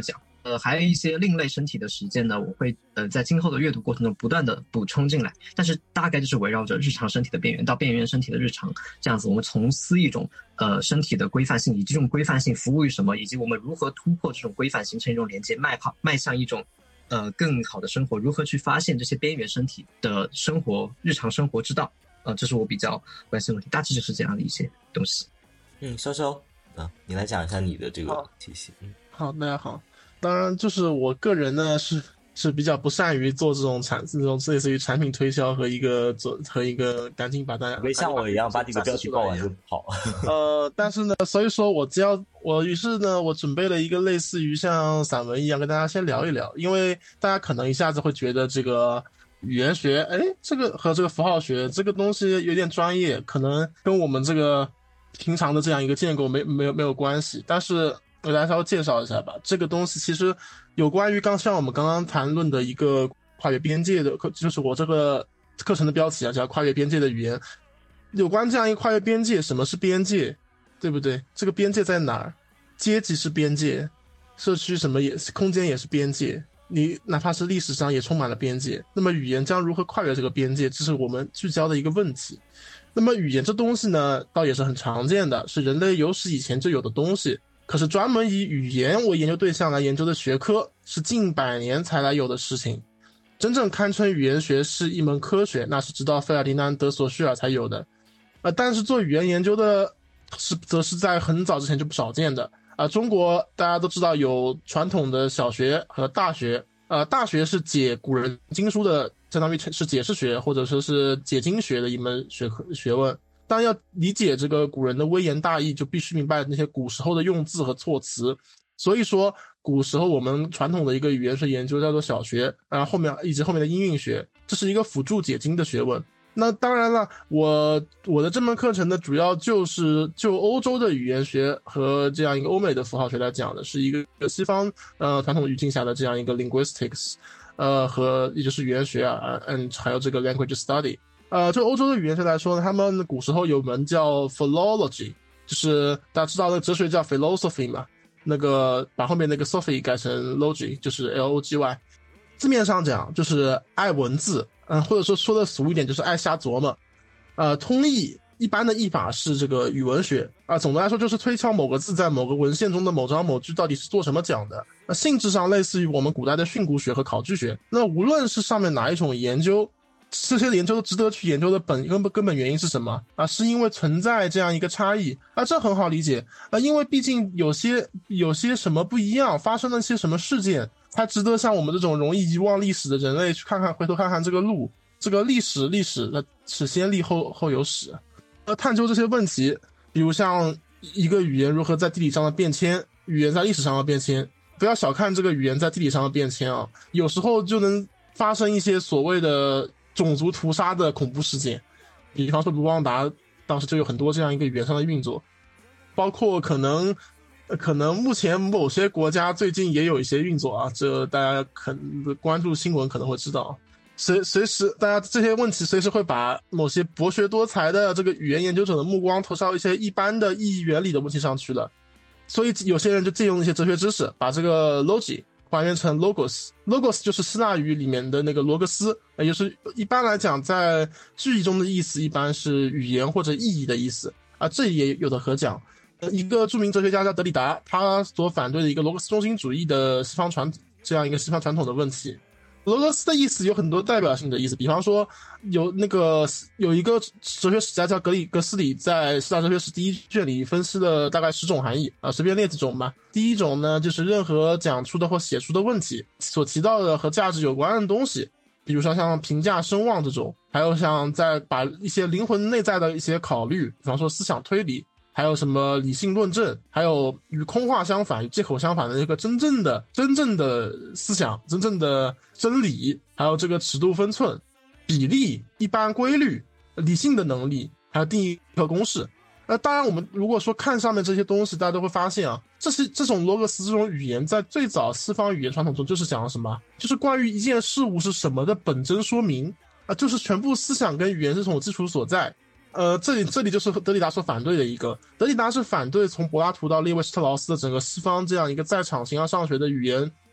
呃，还有一些另类身体的实践呢，我会呃在今后的阅读过程中不断的补充进来，但是大概就是围绕着日常身体的边缘到边缘身体的日常这样子，我们从思一种呃身体的规范性，以及这种规范性服务于什么，以及我们如何突破这种规范，形成一种连接，迈跑迈向一种呃更好的生活，如何去发现这些边缘身体的生活日常生活之道，呃，这是我比较关心的问题，大致就是这样的一些东西。
嗯，潇潇啊，你来讲一下你的这个体系。嗯，
好，大家好。当然，就是我个人呢是是比较不善于做这种产这种类似于产品推销和一个做和一个赶紧把大家
可以像我一样把你的标题报完就跑。
呃，但是呢，所以说我只要我于是呢，我准备了一个类似于像散文一样跟大家先聊一聊，因为大家可能一下子会觉得这个语言学，哎，这个和这个符号学这个东西有点专业，可能跟我们这个平常的这样一个建构没没有没有关系，但是。我来稍微介绍一下吧，这个东西其实有关于刚像我们刚刚谈论的一个跨越边界的，就是我这个课程的标题啊，叫跨越边界的语言。有关这样一个跨越边界，什么是边界，对不对？这个边界在哪儿？阶级是边界，社区什么也是，空间也是边界，你哪怕是历史上也充满了边界。那么语言将如何跨越这个边界，这是我们聚焦的一个问题。那么语言这东西呢，倒也是很常见的，是人类有史以前就有的东西。可是专门以语言为研究对象来研究的学科是近百年才来有的事情。真正堪称语言学是一门科学，那是直到费尔迪南·德索绪尔才有的。呃，但是做语言研究的是则是在很早之前就不少见的。啊、呃，中国大家都知道有传统的小学和大学。呃，大学是解古人经书的，相当于是解释学或者说是解经学的一门学科学问。当要理解这个古人的微言大义，就必须明白那些古时候的用字和措辞。所以说古时候我们传统的一个语言学研究叫做小学，然后后面以及后面的音韵学，这是一个辅助解经的学问。那当然了，我我的这门课程呢，主要就是就欧洲的语言学和这样一个欧美的符号学来讲的，是一个西方呃传统语境下的这样一个 linguistics， 呃和也就是语言学啊，嗯还有这个 language study。呃，就欧洲的语言学来说呢，他们古时候有门叫 philology， 就是大家知道那个哲学叫 philosophy 嘛，那个把后面那个 sophy 改成 logy， 就是 L O G Y， 字面上讲就是爱文字，嗯、呃，或者说说的俗一点就是爱瞎琢磨。呃，通义一般的译法是这个语文学啊、呃，总的来说就是推敲某个字在某个文献中的某章某句到底是做什么讲的。那性质上类似于我们古代的训诂学和考据学。那无论是上面哪一种研究，这些研究都值得去研究的本根本根本原因是什么啊？是因为存在这样一个差异啊，这很好理解啊，因为毕竟有些有些什么不一样，发生了些什么事件，才值得像我们这种容易遗忘历史的人类去看看，回头看看这个路，这个历史历史的史先历后后有史，呃，探究这些问题，比如像一个语言如何在地理上的变迁，语言在历史上的变迁，不要小看这个语言在地理上的变迁啊，有时候就能发生一些所谓的种族屠杀的恐怖事件，比方说卢旺达当时就有很多这样一个语言上的运作，包括可能可能目前某些国家最近也有一些运作啊，这大家可能关注新闻可能会知道，随随时大家这些问题随时会把某些博学多才的这个语言研究者的目光投到一些一般的意义原理的问题上去了，所以有些人就借用一些哲学知识，把这个 logic还原成 logos， logos 就是希腊语里面的那个罗格斯，也就是一般来讲在句意中的意思一般是语言或者意义的意思啊，这也有的可讲。一个著名哲学家叫德里达，他所反对的一个罗格斯中心主义的西方传这样一个西方传统的问题。罗格斯的意思有很多代表性的意思，比方说有那个有一个哲学史家叫格里格斯里，在四大哲学史第一卷里分析了大概十种含义啊，随便列几种吧。第一种呢，就是任何讲出的或写出的问题所提到的和价值有关的东西，比如说像评价声望这种，还有像在把一些灵魂内在的一些考虑，比方说思想推理，还有什么理性论证，还有与空话相反与借口相反的那个真正的真正的思想，真正的真理，还有这个尺度分寸比例一般规律理性的能力，还有定义和公式。那当然我们如果说看上面这些东西，大家都会发现啊，这是这种罗格斯这种语言在最早西方语言传统中就是讲什么，就是关于一件事物是什么的本真说明啊，就是全部思想跟语言是这种基础所在。呃，这里这里就是德里达所反对的一个，德里达是反对从柏拉图到列维施特劳斯的整个西方这样一个在场形而上学的语言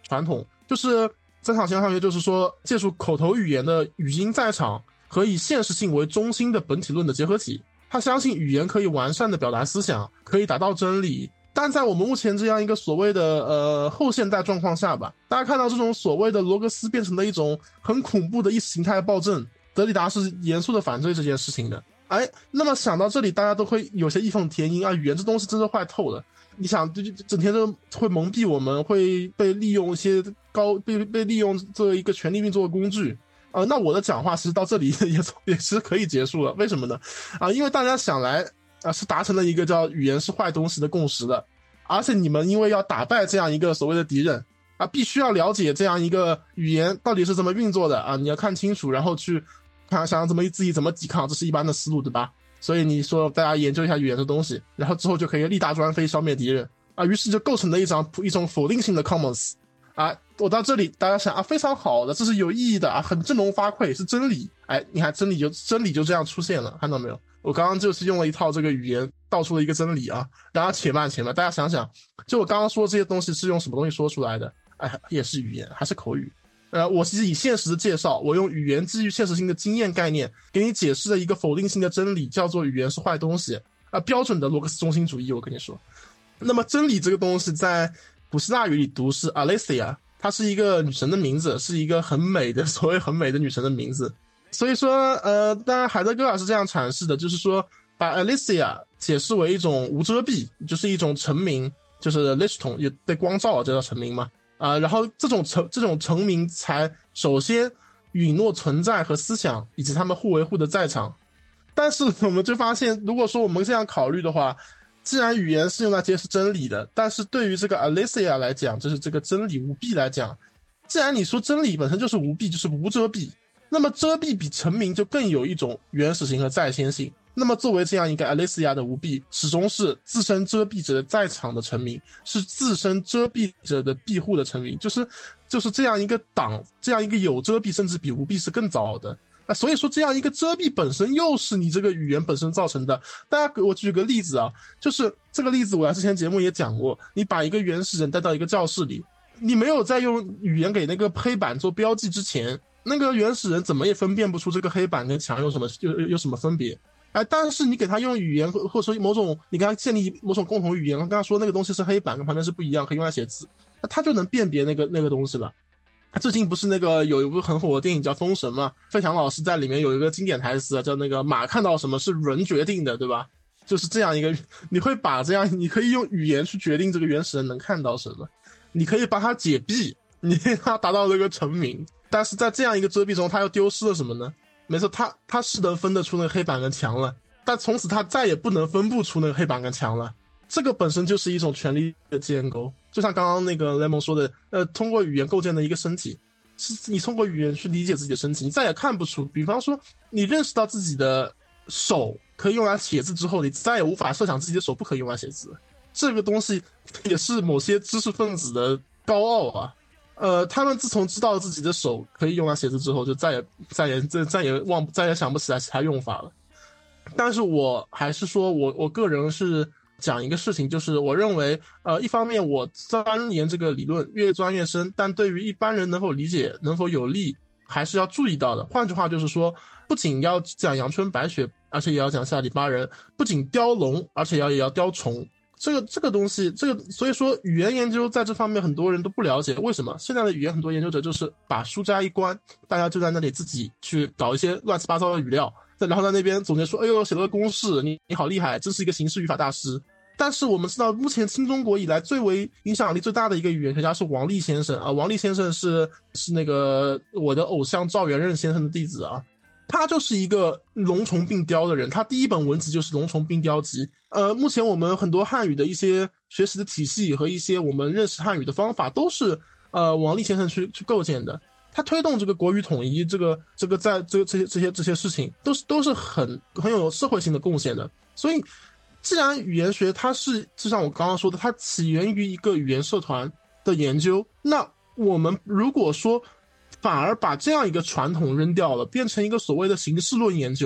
传统，就是在场形象学就是说借助口头语言的语音在场和以现实性为中心的本体论的结合体。他相信语言可以完善的表达思想，可以达到真理。但在我们目前这样一个所谓的呃后现代状况下吧，大家看到这种所谓的罗格斯变成了一种很恐怖的意识形态暴政，德里达是严肃的反对这件事情的。哎，那么想到这里，大家都会有些义愤填膺啊，语言这东西真是坏透了。你想，就整天都会蒙蔽我们，会被利用一些高被被利用这一个权力运作的工具。呃，那我的讲话其实到这里也也是可以结束了。为什么呢？啊、呃，因为大家想来啊、呃、是达成了一个叫语言是坏东西的共识的，而且你们因为要打败这样一个所谓的敌人啊，必须要了解这样一个语言到底是怎么运作的啊，你要看清楚，然后去看想怎么自己怎么抵抗，这是一般的思路，对吧？所以你说大家研究一下语言的东西，然后之后就可以力大专飞消灭敌人啊，于是就构成了一张一种否定性的 commons 啊。我到这里大家想啊，非常好的，这是有意义的啊，很振聋发聩，是真理。哎，你看真理就真理就这样出现了，看到没有？我刚刚就是用了一套这个语言道出了一个真理啊。然后且慢且慢，大家想想，就我刚刚说这些东西是用什么东西说出来的？哎，也是语言，还是口语。呃，我其实以现实的介绍，我用语言基于现实性的经验概念给你解释了一个否定性的真理，叫做语言是坏东西啊、呃，标准的罗克斯中心主义。我跟你说，那么真理这个东西在古希腊语里读是 Aletheia， 它是一个女神的名字，是一个很美的所谓很美的女神的名字。所以说，呃，当然海德格尔是这样阐释的，就是说把 Aletheia 解释为一种无遮蔽，就是一种成名，就是 Lichton 也被光照了，这叫成名嘛。啊、呃，然后这种成这种成名才首先允诺存在和思想以及他们互维护的在场。但是我们就发现，如果说我们这样考虑的话，既然语言是用来揭示真理的，但是对于这个 Aletheia 来讲，就是这个真理无蔽来讲，既然你说真理本身就是无蔽，就是无遮蔽，那么遮蔽比成名就更有一种原始性和在先性。那么作为这样一个 Aletheia 的无蔽，始终是自身遮蔽者的在场的成名，是自身遮蔽者的庇护的成名，就是就是这样一个党，这样一个有遮蔽甚至比无蔽是更早的。那所以说这样一个遮蔽本身又是你这个语言本身造成的。大家我举个例子啊，就是这个例子我在之前节目也讲过，你把一个原始人带到一个教室里，你没有在用语言给那个黑板做标记之前，那个原始人怎么也分辨不出这个黑板跟墙有什么有有什么分别。哎，但是你给他用语言或者说某种你跟他建立某种共同语言，跟他说那个东西是黑板跟旁边是不一样，可以用来写字，那他就能辨别那个那个东西了。最近不是那个有一部很火的电影叫《封神》嘛？费翔老师在里面有一个经典台词啊，叫那个马看到什么是人决定的，对吧？就是这样一个，你会把这样，你可以用语言去决定这个原始人能看到什么，你可以帮他解蔽，你可以让他达到这个成名。但是在这样一个遮蔽中，他又丢失了什么呢？没错，他他是能分得出那个黑板跟墙了，但从此他再也不能分不出那个黑板跟墙了。这个本身就是一种权力的建构，就像刚刚那个雷蒙说的，呃，通过语言构建的一个身体，是你通过语言去理解自己的身体，你再也看不出。比方说，你认识到自己的手可以用来写字之后，你再也无法设想自己的手不可以用来写字。这个东西也是某些知识分子的高傲啊。呃，他们自从知道自己的手可以用来写字之后，就再也再也再再也忘再也想不起来其他用法了。但是我还是说我我个人是讲一个事情，就是我认为呃一方面我钻研这个理论越钻越深，但对于一般人能否理解能否有利还是要注意到的。换句话就是说，不仅要讲阳春白雪，而且也要讲下里巴人，不仅雕龙，而且要也要雕虫。这个这个东西，这个所以说语言研究在这方面很多人都不了解。为什么现在的语言很多研究者就是把书斋一关，大家就在那里自己去搞一些乱七八糟的语料，然后在那边总结说，哎呦，写了个公式，你你好厉害，真是一个形式语法大师。但是我们知道，目前新中国以来最为影响力最大的一个语言学家是王立先生啊。王立先生是是那个我的偶像赵元任先生的弟子啊。他就是一个龙虫并雕的人，他第一本文集就是龙虫并雕集。呃，目前我们很多汉语的一些学习的体系和一些我们认识汉语的方法，都是呃王立先生去去构建的。他推动这个国语统一，这个这个在这个这些这些这些事情，都是都是很很有社会性的贡献的。所以，既然语言学它是就像我刚刚说的，它起源于一个语言社团的研究，那我们如果说反而把这样一个传统扔掉了，变成一个所谓的形式论研究，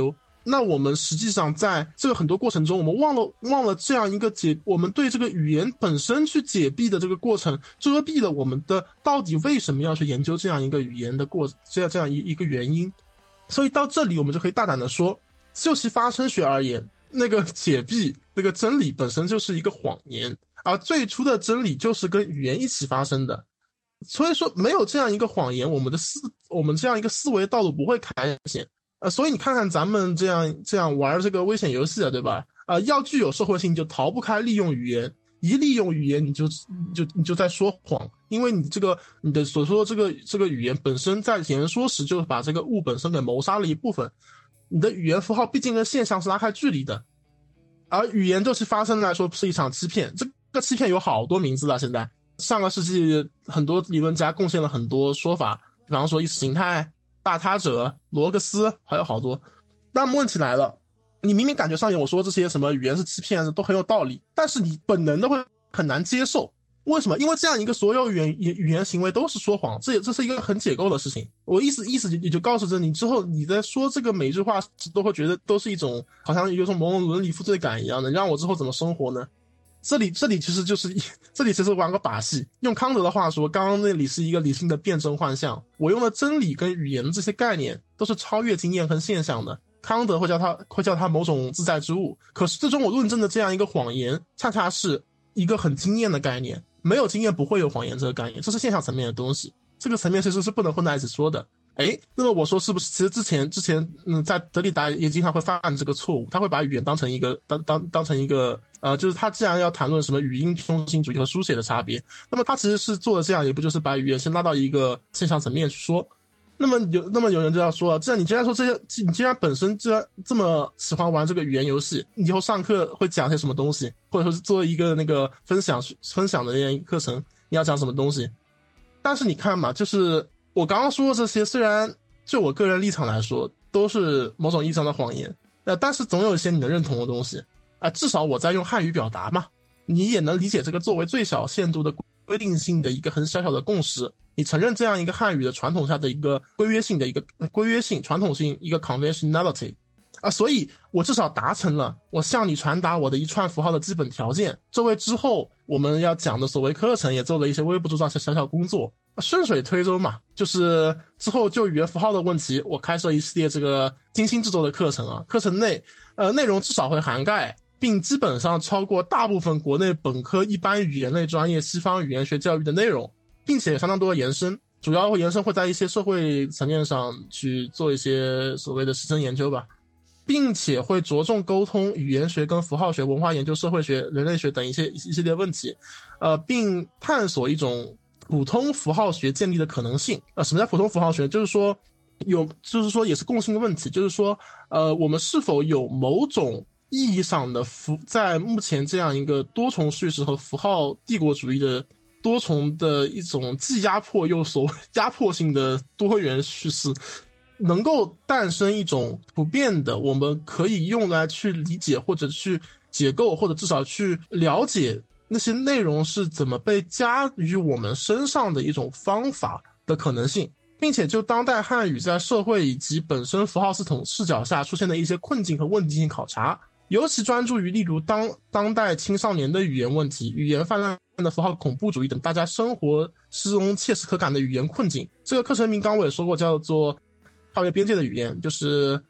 那我们实际上在这个很多过程中，我们忘了忘了这样一个解，我们对这个语言本身去解闭的这个过程，遮蔽了我们的到底为什么要去研究这样一个语言的过这样这样一一个原因。所以到这里我们就可以大胆的说，就其发生学而言，那个解闭那个真理本身就是一个谎言，而最初的真理就是跟语言一起发生的。所以说没有这样一个谎言，我们的思我们这样一个思维道路不会开显。呃，所以你看看咱们这样这样玩这个危险游戏啊，对吧？呃，要具有社会性，就逃不开利用语言。一利用语言，你就就你就在说谎，因为你这个你的所说的这个这个语言本身在言说时就把这个物本身给谋杀了一部分。你的语言符号毕竟跟现象是拉开距离的，而语言就是发生来说是一场欺骗。这个欺骗有好多名字了，现在上个世纪很多理论家贡献了很多说法，比方说意识形态、大他者、罗格斯，还有好多。那么问题来了，你明明感觉上有我说这些什么语言是欺骗都很有道理，但是你本能的会很难接受。为什么？因为这样一个所有语言语言行为都是说谎，这也这是一个很解构的事情。我意思意思也就告诉着你，之后你在说这个每一句话都会觉得都是一种好像有种某种伦理负罪感一样的，让我之后怎么生活呢？这里这里其实就是这里其实玩个把戏。用康德的话说，刚刚那里是一个理性的辩证幻象，我用的真理跟语言这些概念都是超越经验和现象的，康德会叫它会叫它某种自在之物。可是最终我论证的这样一个谎言，恰恰是一个很经验的概念，没有经验不会有谎言这个概念，这是现象层面的东西，这个层面其实是不能混在一起说的。诶，那么我说是不是其实之前之前嗯，在德里达也经常会犯这个错误，他会把语言当成一个当当当成一个呃，就是他既然要谈论什么语音中心主义和书写的差别，那么他其实是做的这样，也不就是把语言先拉到一个现象层面去说。那么有那么有人就要说，既然你既然说这些，你既然本身既然这么喜欢玩这个语言游戏，你以后上课会讲些什么东西，或者说是做一个那个分享分享的那样一个课程，你要讲什么东西？但是你看嘛，就是我刚刚说的这些，虽然就我个人立场来说都是某种意义上的谎言，呃，但是总有一些你能认同的东西啊、呃，至少我在用汉语表达嘛，你也能理解这个作为最小限度的规定性的一个很小小的共识，你承认这样一个汉语的传统下的一个规约性的一个规约性传统性一个 conventionality 啊，所以我至少达成了我向你传达我的一串符号的基本条件。这为之后我们要讲的所谓课程也做了一些微不足道的小小工作，顺水推舟嘛，就是之后就语言符号的问题，我开设一系列这个精心制作的课程啊，课程内呃内容至少会涵盖并基本上超过大部分国内本科一般语言类专业西方语言学教育的内容，并且有相当多的延伸，主要延伸会在一些社会层面上去做一些所谓的师生研究吧，并且会着重沟通语言学跟符号学、文化研究、社会学、人类学等一些一系列问题，呃，并探索一种普通符号学建立的可能性。呃，什么叫普通符号学？就是说有，就是说也是共性的问题，就是说，呃，我们是否有某种意义上的符，在目前这样一个多重叙事和符号帝国主义的多重的一种既压迫又所谓压迫性的多元叙事，能够诞生一种普遍的我们可以用来去理解或者去解构或者至少去了解那些内容是怎么被加于我们身上的一种方法的可能性，并且就当代汉语在社会以及本身符号系统视角下出现的一些困境和问题性考察，尤其专注于例如当当代青少年的语言问题、语言泛滥的符号恐怖主义等大家生活之中切实可感的语言困境。这个课程名刚我也说过，叫做跨越边界的语言，就是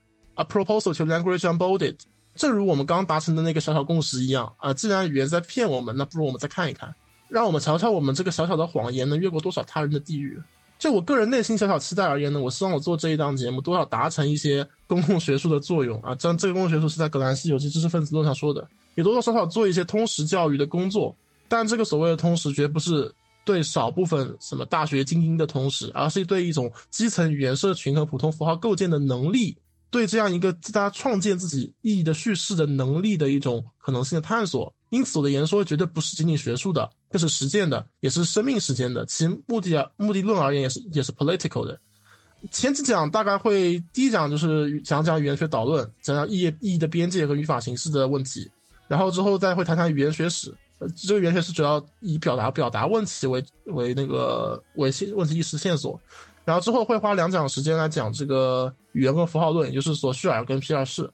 A Proposal to Language Unbounded。 正如我们刚达成的那个小小共识一样啊、呃，既然语言在骗我们，那不如我们再看一看，让我们瞧瞧我们这个小小的谎言能越过多少他人的地狱。就我个人内心小小期待而言呢，我希望我做这一档节目多少达成一些公共学术的作用啊，这样这个公共学术是在葛兰西有机知识分子论上说的，也多多少少做一些通识教育的工作。但这个所谓的通识绝不是对少部分什么大学精英的通识，而是对一种基层语言社群和普通符号构建的能力，对这样一个大家创建自己意义的叙事的能力的一种可能性的探索。因此我的言说绝对不是仅仅学术的，这是实践的，也是生命实践的，其目的啊目的论而言也是也是 political 的。前几讲大概会，第一讲就是讲讲语言学导论，讲讲意义意义的边界和语法形式的问题，然后之后再会谈谈语言学史。呃，这个语言学史主要以表达表达问题为为那个为问题意识线索，然后之后会花两讲时间来讲这个语言跟符号论，也就是索绪尔跟皮尔士。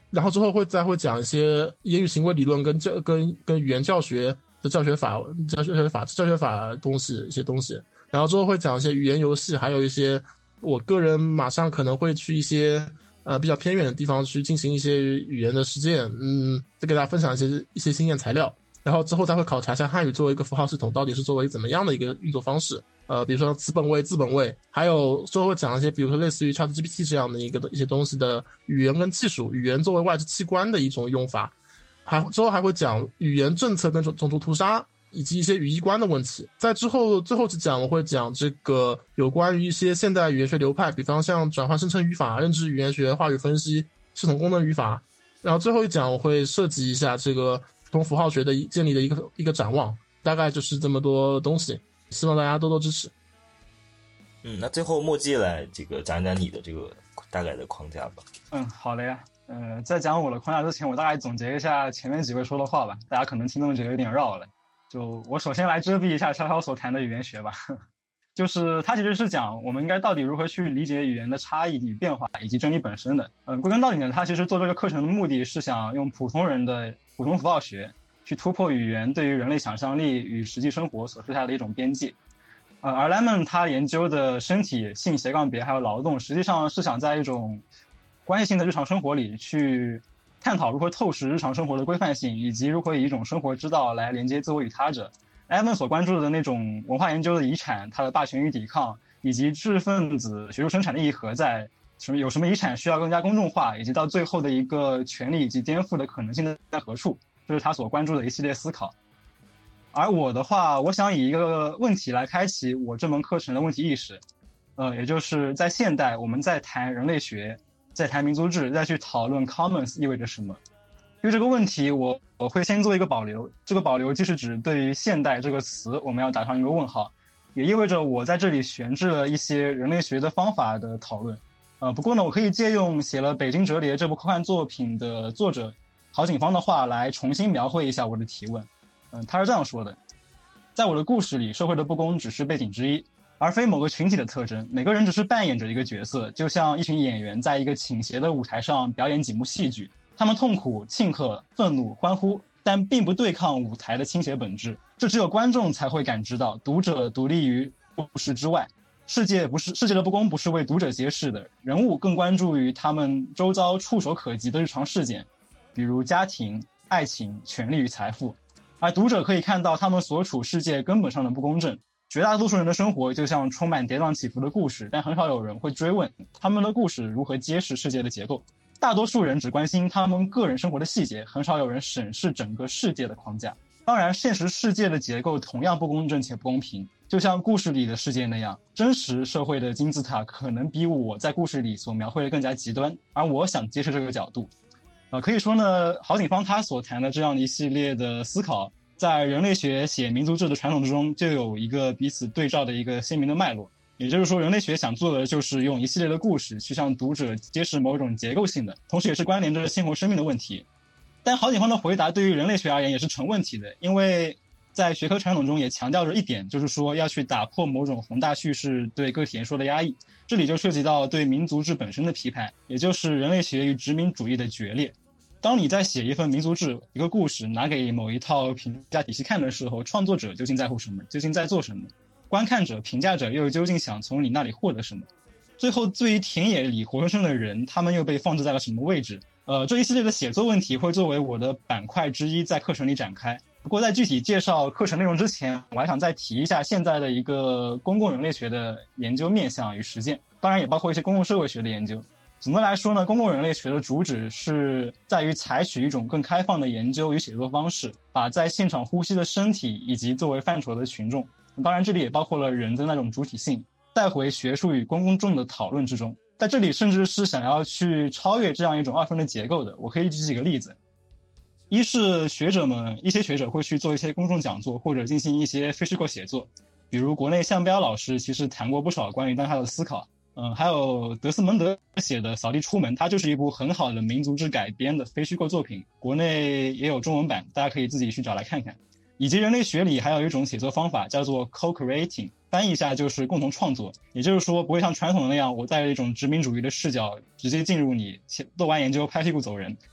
然后之后会再会讲一些言语行为理论跟教跟跟语言教学的教学法教学法教学法东西一些东西，然后之后会讲一些语言游戏，还有一些我个人马上可能会去一些呃比较偏远的地方去进行一些语言的实践，嗯，再给大家分享一些一些经验材料，然后之后再会考察一下汉语作为一个符号系统到底是作为怎么样的一个运作方式。呃，比如说词本位、字本位，还有之后会讲一些，比如说类似于 ChatGPT 这样的一个一些东西的语言跟技术，语言作为外置器官的一种用法，还之后还会讲语言政策跟种种族屠杀以及一些语义观的问题。在之后最后几讲我会讲这个有关于一些现代语言学流派，比方像转换生成语法、认知语言学、话语分析、系统功能语法。然后最后一讲我会涉及一下这个普通符号学的建立的一个一个展望，大概就是这么多东西。希望大家多多支持。
嗯，那最后墨迹来这个讲一讲你的这个大概的框架吧。
嗯，好的呀。呃，在讲我的框架之前，我大概总结一下前面几位说的话吧，大家可能听众觉得有点绕了。就我首先来遮蔽一下超超所谈的语言学吧，就是他其实是讲我们应该到底如何去理解语言的差异与变化以及真理本身的。嗯、呃，归根到底呢，他其实做这个课程的目的是想用普通人的普通符号学去突破语言对于人类想象力与实际生活所设下的一种边界。呃，而 Lemon 他研究的身体、性、斜杠别还有劳动，实际上是想在一种关系性的日常生活里去探讨如何透视日常生活的规范性，以及如何以一种生活之道来连接自我与他者。Lemon 所关注的那种文化研究的遗产，它的霸权与抵抗，以及知识分子学术生产的意义何在，什么有什么遗产需要更加公众化，以及到最后的一个权利以及颠覆的可能性在何处，这是他所关注的一系列思考。而我的话，我想以一个问题来开启我这门课程的问题意识，呃，也就是在现代我们在谈人类学，在谈民族志，再去讨论 commons 意味着什么。对这个问题我我会先做一个保留，这个保留既是指对于现代这个词我们要打上一个问号，也意味着我在这里悬置了一些人类学的方法的讨论。呃，不过呢，我可以借用写了《北京折叠》这部科幻作品的作者郝景芳的话来重新描绘一下我的提问。嗯，他是这样说的：在我的故事里，社会的不公只是背景之一，而非某个群体的特征。每个人只是扮演着一个角色，就像一群演员在一个倾斜的舞台上表演几幕戏剧。他们痛苦、庆贺、愤怒、欢呼，但并不对抗舞台的倾斜本质。这只有观众才会感知到，读者独立于故事之外。世界不是世界的不公不是为读者揭示的，人物更关注于他们周遭触手可及的日常事件，比如家庭、爱情、权力与财富。而读者可以看到他们所处世界根本上的不公正。绝大多数人的生活就像充满跌宕起伏的故事，但很少有人会追问他们的故事如何揭示世界的结构。大多数人只关心他们个人生活的细节，很少有人审视整个世界的框架。当然，现实世界的结构同样不公正且不公平，就像故事里的世界那样，真实社会的金字塔可能比我在故事里所描绘的更加极端，而我想揭示这个角度。呃，可以说呢，郝景芳他所谈的这样一系列的思考，在人类学写民族志的传统之中，就有一个彼此对照的一个鲜明的脉络。也就是说，人类学想做的就是用一系列的故事去向读者揭示某种结构性的，同时也是关联着鲜活生命的问题。但郝景芳的回答对于人类学而言也是成问题的，因为在学科传统中也强调着一点，就是说要去打破某种宏大叙事对个体言说的压抑。这里就涉及到对民族志本身的批判，也就是人类学与殖民主义的决裂。当你在写一份民族志、一个故事拿给某一套评价体系看的时候，创作者究竟在乎什么？究竟在做什么？观看者、评价者又究竟想从你那里获得什么？最后，对于田野里活生生的人，他们又被放置在了什么位置？呃，这一系列的写作问题会作为我的板块之一在课程里展开。不过在具体介绍课程内容之前，我还想再提一下现在的一个公共人类学的研究面向与实践，当然也包括一些公共社会学的研究。总的来说呢，公共人类学的主旨是在于采取一种更开放的研究与写作方式，把在现场呼吸的身体以及作为范畴的群众，当然这里也包括了人的那种主体性，带回学术与公众的讨论之中。在这里甚至是想要去超越这样一种二分的结构的。我可以举几个例子。一是学者们，一些学者会去做一些公众讲座，或者进行一些非虚构写作，比如国内向彪老师其实谈过不少关于当下的思考。嗯，还有德斯蒙德写的《扫地出门》，它就是一部很好的民族志改编的非虚构作品，国内也有中文版，大家可以自己去找来看看。以及人类学里还有一种写作方法叫做 co-creating， 翻译一下就是共同创作，也就是说不会像传统的那样，我带着一种殖民主义的视角直接进入你，做完研究拍屁股走人，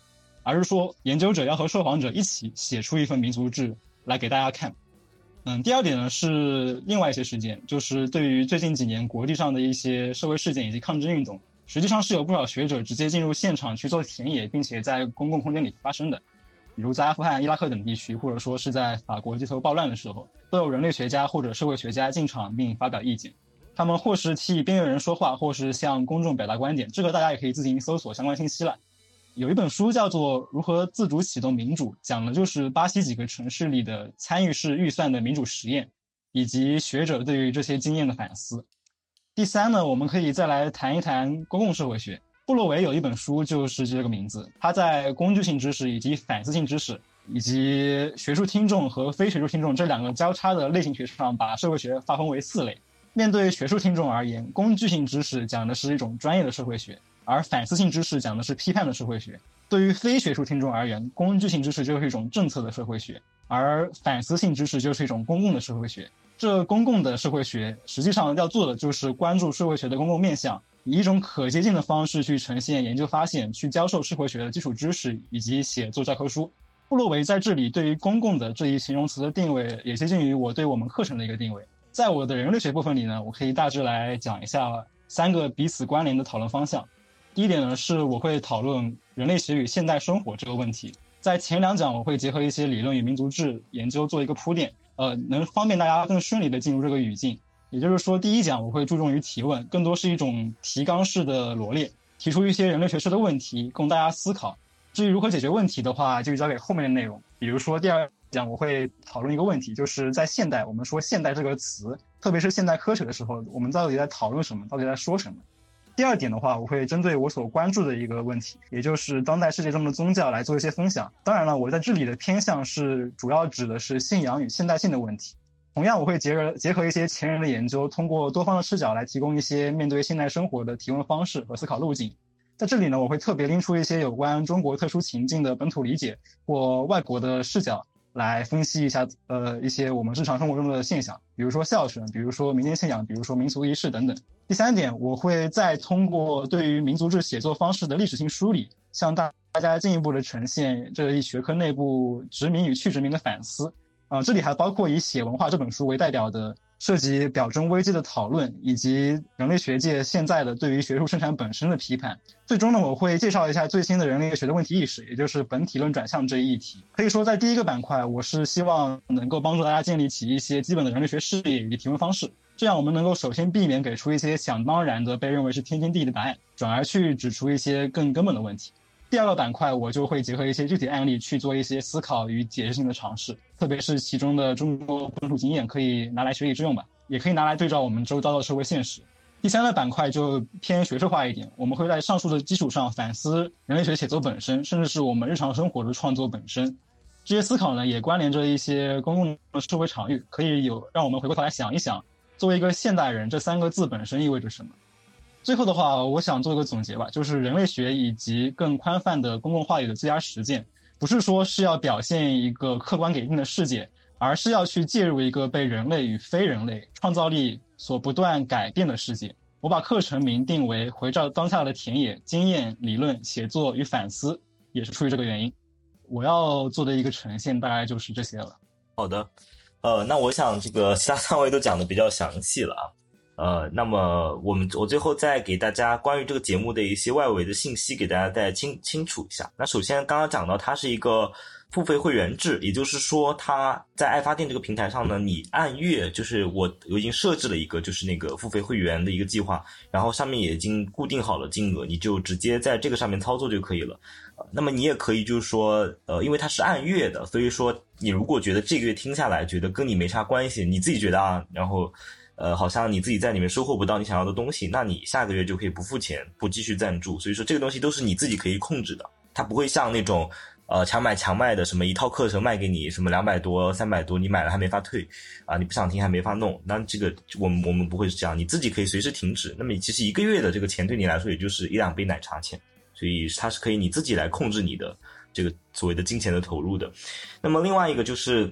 而是说研究者要和受访者一起写出一份民族志来给大家看。嗯，第二点呢是另外一些事件，就是对于最近几年国际上的一些社会事件以及抗争运动，实际上是有不少学者直接进入现场去做田野，并且在公共空间里发生的。比如在阿富汗、伊拉克等地区，或者说是在法国街头暴乱的时候，都有人类学家或者社会学家进场并发表意见。他们或是替边缘人说话，或是向公众表达观点，这个大家也可以自行搜索相关信息了。有一本书叫做《如何自主启动民主》，讲的就是巴西几个城市里的参与式预算的民主实验，以及学者对于这些经验的反思。第三呢，我们可以再来谈一谈公共社会学。布洛维有一本书就是这个名字，他在工具性知识以及反思性知识以及学术听众和非学术听众这两个交叉的类型学上，把社会学划分为四类。面对学术听众而言，工具性知识讲的是一种专业的社会学，而反思性知识讲的是批判的社会学。对于非学术听众而言，工具性知识就是一种政策的社会学，而反思性知识就是一种公共的社会学。这公共的社会学实际上要做的就是关注社会学的公共面向，以一种可接近的方式去呈现研究发现，去教授社会学的基础知识以及写作教科书。布洛维在这里对于公共的这一形容词的定位也接近于我对我们课程的一个定位。在我的人类学部分里呢，我可以大致来讲一下三个彼此关联的讨论方向。第一点呢，是我会讨论人类学与现代生活这个问题。在前两讲我会结合一些理论与民族志研究做一个铺垫，呃，能方便大家更顺利的进入这个语境。也就是说，第一讲我会注重于提问，更多是一种提纲式的罗列，提出一些人类学式的问题供大家思考。至于如何解决问题的话，就交给后面的内容。比如说第二讲我会讨论一个问题，就是在现代，我们说现代这个词，特别是现代科学的时候，我们到底在讨论什么，到底在说什么。第二点的话，我会针对我所关注的一个问题，也就是当代世界中的宗教来做一些分享。当然了，我在这里的偏向是主要指的是信仰与现代性的问题。同样，我会结合结合一些前人的研究，通过多方的视角来提供一些面对现代生活的提问方式和思考路径。在这里呢，我会特别拎出一些有关中国特殊情境的本土理解或外国的视角，来分析一下呃一些我们日常生活中的现象，比如说孝顺，比如说民间信仰，比如说民俗仪式等等。第三点，我会再通过对于民族志写作方式的历史性梳理，向大家进一步的呈现这一学科内部殖民与去殖民的反思。呃，这里还包括以《写文化》这本书为代表的涉及表征危机的讨论，以及人类学界现在的对于学术生产本身的批判。最终呢，我会介绍一下最新的人类学的问题意识，也就是本体论转向这一议题。可以说在第一个板块，我是希望能够帮助大家建立起一些基本的人类学视野以及提问方式，这样我们能够首先避免给出一些想当然的被认为是天经地义的答案，转而去指出一些更根本的问题。第二个板块我就会结合一些具体案例去做一些思考与解释性的尝试，特别是其中的中国本土经验可以拿来学以致用吧，也可以拿来对照我们周遭的社会现实。第三个板块就偏学术化一点，我们会在上述的基础上反思人类学写作本身，甚至是我们日常生活的创作本身。这些思考呢，也关联着一些公共的社会场域，可以有让我们回过头来想一想，作为一个现代人，这三个字本身意味着什么。最后的话，我想做一个总结吧，就是人类学以及更宽泛的公共话语的最佳实践，不是说是要表现一个客观给定的世界，而是要去介入一个被人类与非人类创造力所不断改变的世界。我把课程名定为回照当下的田野、经验、理论、写作与反思，也是出于这个原因。我要做的一个呈现大概就是这些了。
好的，呃，那我想这个其他三位都讲的比较详细了啊。呃，那么我们我最后再给大家关于这个节目的一些外围的信息给大家再清清楚一下。那首先刚刚讲到它是一个付费会员制，也就是说它在爱发电这个平台上呢，你按月就是我我已经设置了一个就是那个付费会员的一个计划，然后上面也已经固定好了金额，你就直接在这个上面操作就可以了。呃、那么你也可以就是说呃因为它是按月的，所以说你如果觉得这个月听下来觉得跟你没啥关系，你自己觉得啊，然后呃，好像你自己在里面收获不到你想要的东西，那你下个月就可以不付钱，不继续赞助。所以说这个东西都是你自己可以控制的，它不会像那种呃强买强卖的，什么一套课程卖给你什么两百多、三百多，你买了还没法退啊，你不想听还没法弄。那这个我们我们不会是这样，你自己可以随时停止。那么其实一个月的这个钱对你来说也就是一两杯奶茶钱，所以它是可以你自己来控制你的这个所谓的金钱的投入的。那么另外一个就是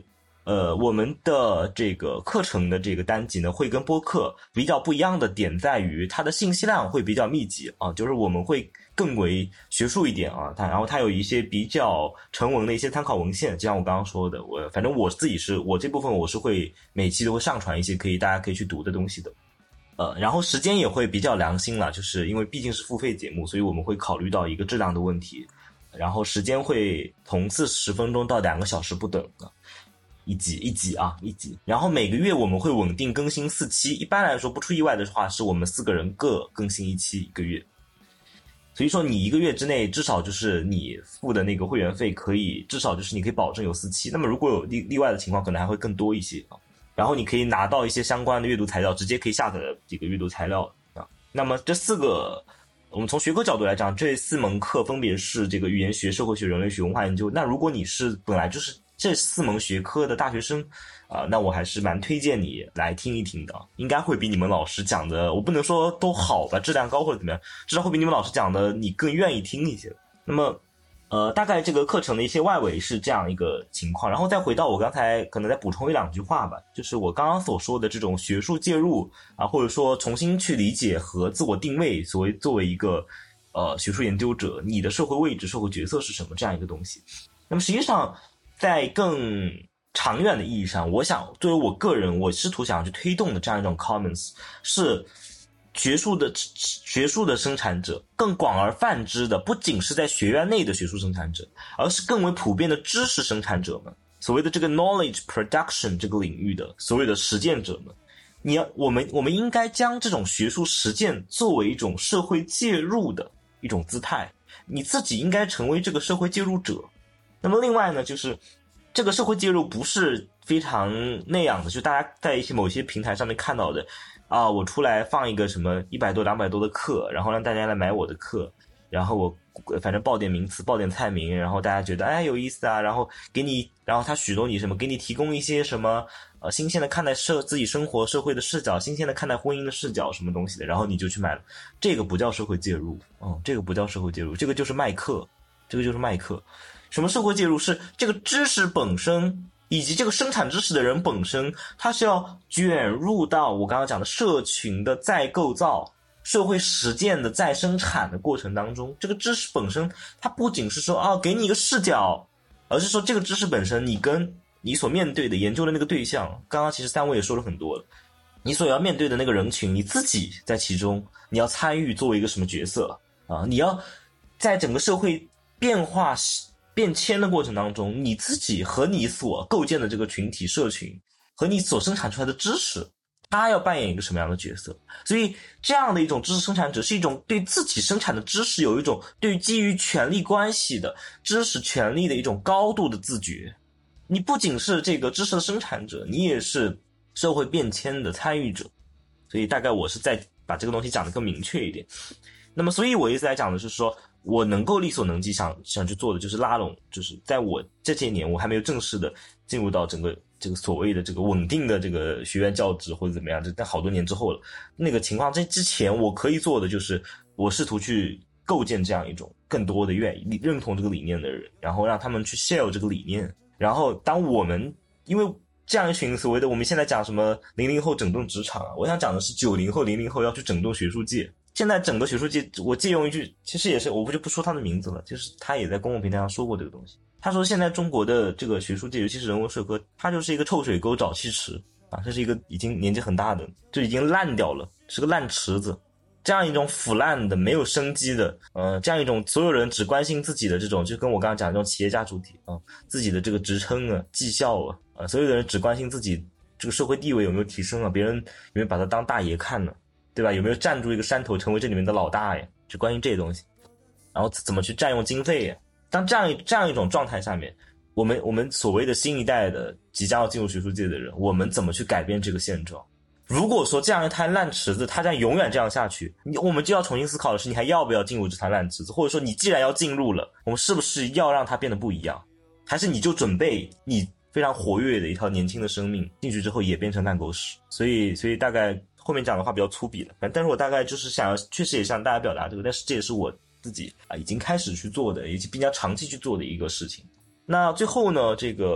呃，我们的这个课程的这个单集呢，会跟播客比较不一样的点在于，它的信息量会比较密集啊，就是我们会更为学术一点啊，它然后它有一些比较成文的一些参考文献，就像我刚刚说的，我反正我自己是我这部分我是会每期都会上传一些可以大家可以去读的东西的。呃，然后时间也会比较良心了，就是因为毕竟是付费节目，所以我们会考虑到一个质量的问题，然后时间会从四十分钟到两个小时不等的一集一集啊一集，然后每个月我们会稳定更新四期，一般来说不出意外的话，是我们四个人各更新一期一个月，所以说你一个月之内至少就是你付的那个会员费可以至少就是你可以保证有四期，那么如果有例例外的情况，可能还会更多一些啊。然后你可以拿到一些相关的阅读材料，直接可以下载的几个阅读材料啊。那么这四个，我们从学科角度来讲，这四门课分别是这个语言学、社会学、人类学、文化研究。那如果你是本来就是这四门学科的大学生啊、呃，那我还是蛮推荐你来听一听的，应该会比你们老师讲的，我不能说都好吧，质量高或者怎么样，至少会比你们老师讲的你更愿意听一些。那么呃，大概这个课程的一些外围是这样一个情况，然后再回到我刚才可能再补充一两句话吧，就是我刚刚所说的这种学术介入啊，或者说重新去理解和自我定位，所谓作为一个呃学术研究者，你的社会位置、社会角色是什么这样一个东西。那么实际上，在更长远的意义上，我想作为我个人，我试图想去推动的这样一种 commons 是。学术的学术的生产者，更广而泛之的，不仅是在学院内的学术生产者，而是更为普遍的知识生产者们，所谓的这个 knowledge production 这个领域的所谓的实践者们，你要我们我们应该将这种学术实践作为一种社会介入的一种姿态，你自己应该成为这个社会介入者。那么另外呢，就是这个社会介入不是非常那样的，就大家在一些某些平台上面看到的。啊，我出来放一个什么一百多、两百多的课，然后让大家来买我的课，然后我反正报点名词、报点菜名，然后大家觉得哎有意思啊，然后给你，然后他许诺你什么，给你提供一些什么呃新鲜的看待社自己生活社会的视角，新鲜的看待婚姻的视角什么东西的，然后你就去买了，这个不叫社会介入，嗯，这个不叫社会介入，这个就是卖课，这个就是卖课。什么社会介入？是这个知识本身。以及这个生产知识的人本身，他是要卷入到我刚刚讲的社群的再构造、社会实践的再生产的过程当中。这个知识本身，它不仅是说啊给你一个视角，而是说这个知识本身，你跟你所面对的研究的那个对象，刚刚其实三位也说了很多了，你所要面对的那个人群，你自己在其中，你要参与作为一个什么角色啊？你要在整个社会变化变迁的过程当中，你自己和你所构建的这个群体社群和你所生产出来的知识，它要扮演一个什么样的角色。所以这样的一种知识生产者是一种对自己生产的知识有一种对于基于权力关系的知识权力的一种高度的自觉。你不仅是这个知识的生产者，你也是社会变迁的参与者。所以大概我是在把这个东西讲得更明确一点。那么所以我一直在讲的是说，我能够力所能及想想去做的就是拉拢，就是在我这些年我还没有正式的进入到整个这个所谓的这个稳定的这个学院教职或者怎么样，这在好多年之后了，那个情况在之前我可以做的就是我试图去构建这样一种更多的愿意认同这个理念的人，然后让他们去 share 这个理念，然后当我们因为这样一群所谓的我们现在讲什么零零后整顿职场啊，我想讲的是九零后零零后要去整顿学术界。现在整个学术界，我借用一句，其实也是我不就不说他的名字了，就是他也在公共平台上说过这个东西。他说现在中国的这个学术界，尤其是人文社科，它就是一个臭水沟沼气池啊，这是一个已经年纪很大的，就已经烂掉了，是个烂池子。这样一种腐烂的、没有生机的，呃，这样一种所有人只关心自己的这种，就跟我刚刚讲的这种企业家主体啊，自己的这个职称啊、绩效啊，啊，所有的人只关心自己这个社会地位有没有提升啊，别人有没有把他当大爷看呢？对吧？有没有站住一个山头，成为这里面的老大呀？只关心这些东西，然后怎么去占用经费呀？当这样一这样一种状态下面，我们我们所谓的新一代的即将要进入学术界的人，我们怎么去改变这个现状？如果说这样一滩烂池子，它将永远这样下去，你我们就要重新思考的是，你还要不要进入这滩烂池子？或者说，你既然要进入了，我们是不是要让它变得不一样？还是你就准备你非常活跃的一条年轻的生命进去之后也变成烂狗屎？所以，所以大概。后面讲的话比较粗鄙了，但是我大概就是想要，确实也向大家表达这个，但是这也是我自己啊已经开始去做的，以及比较长期去做的一个事情。那最后呢，这个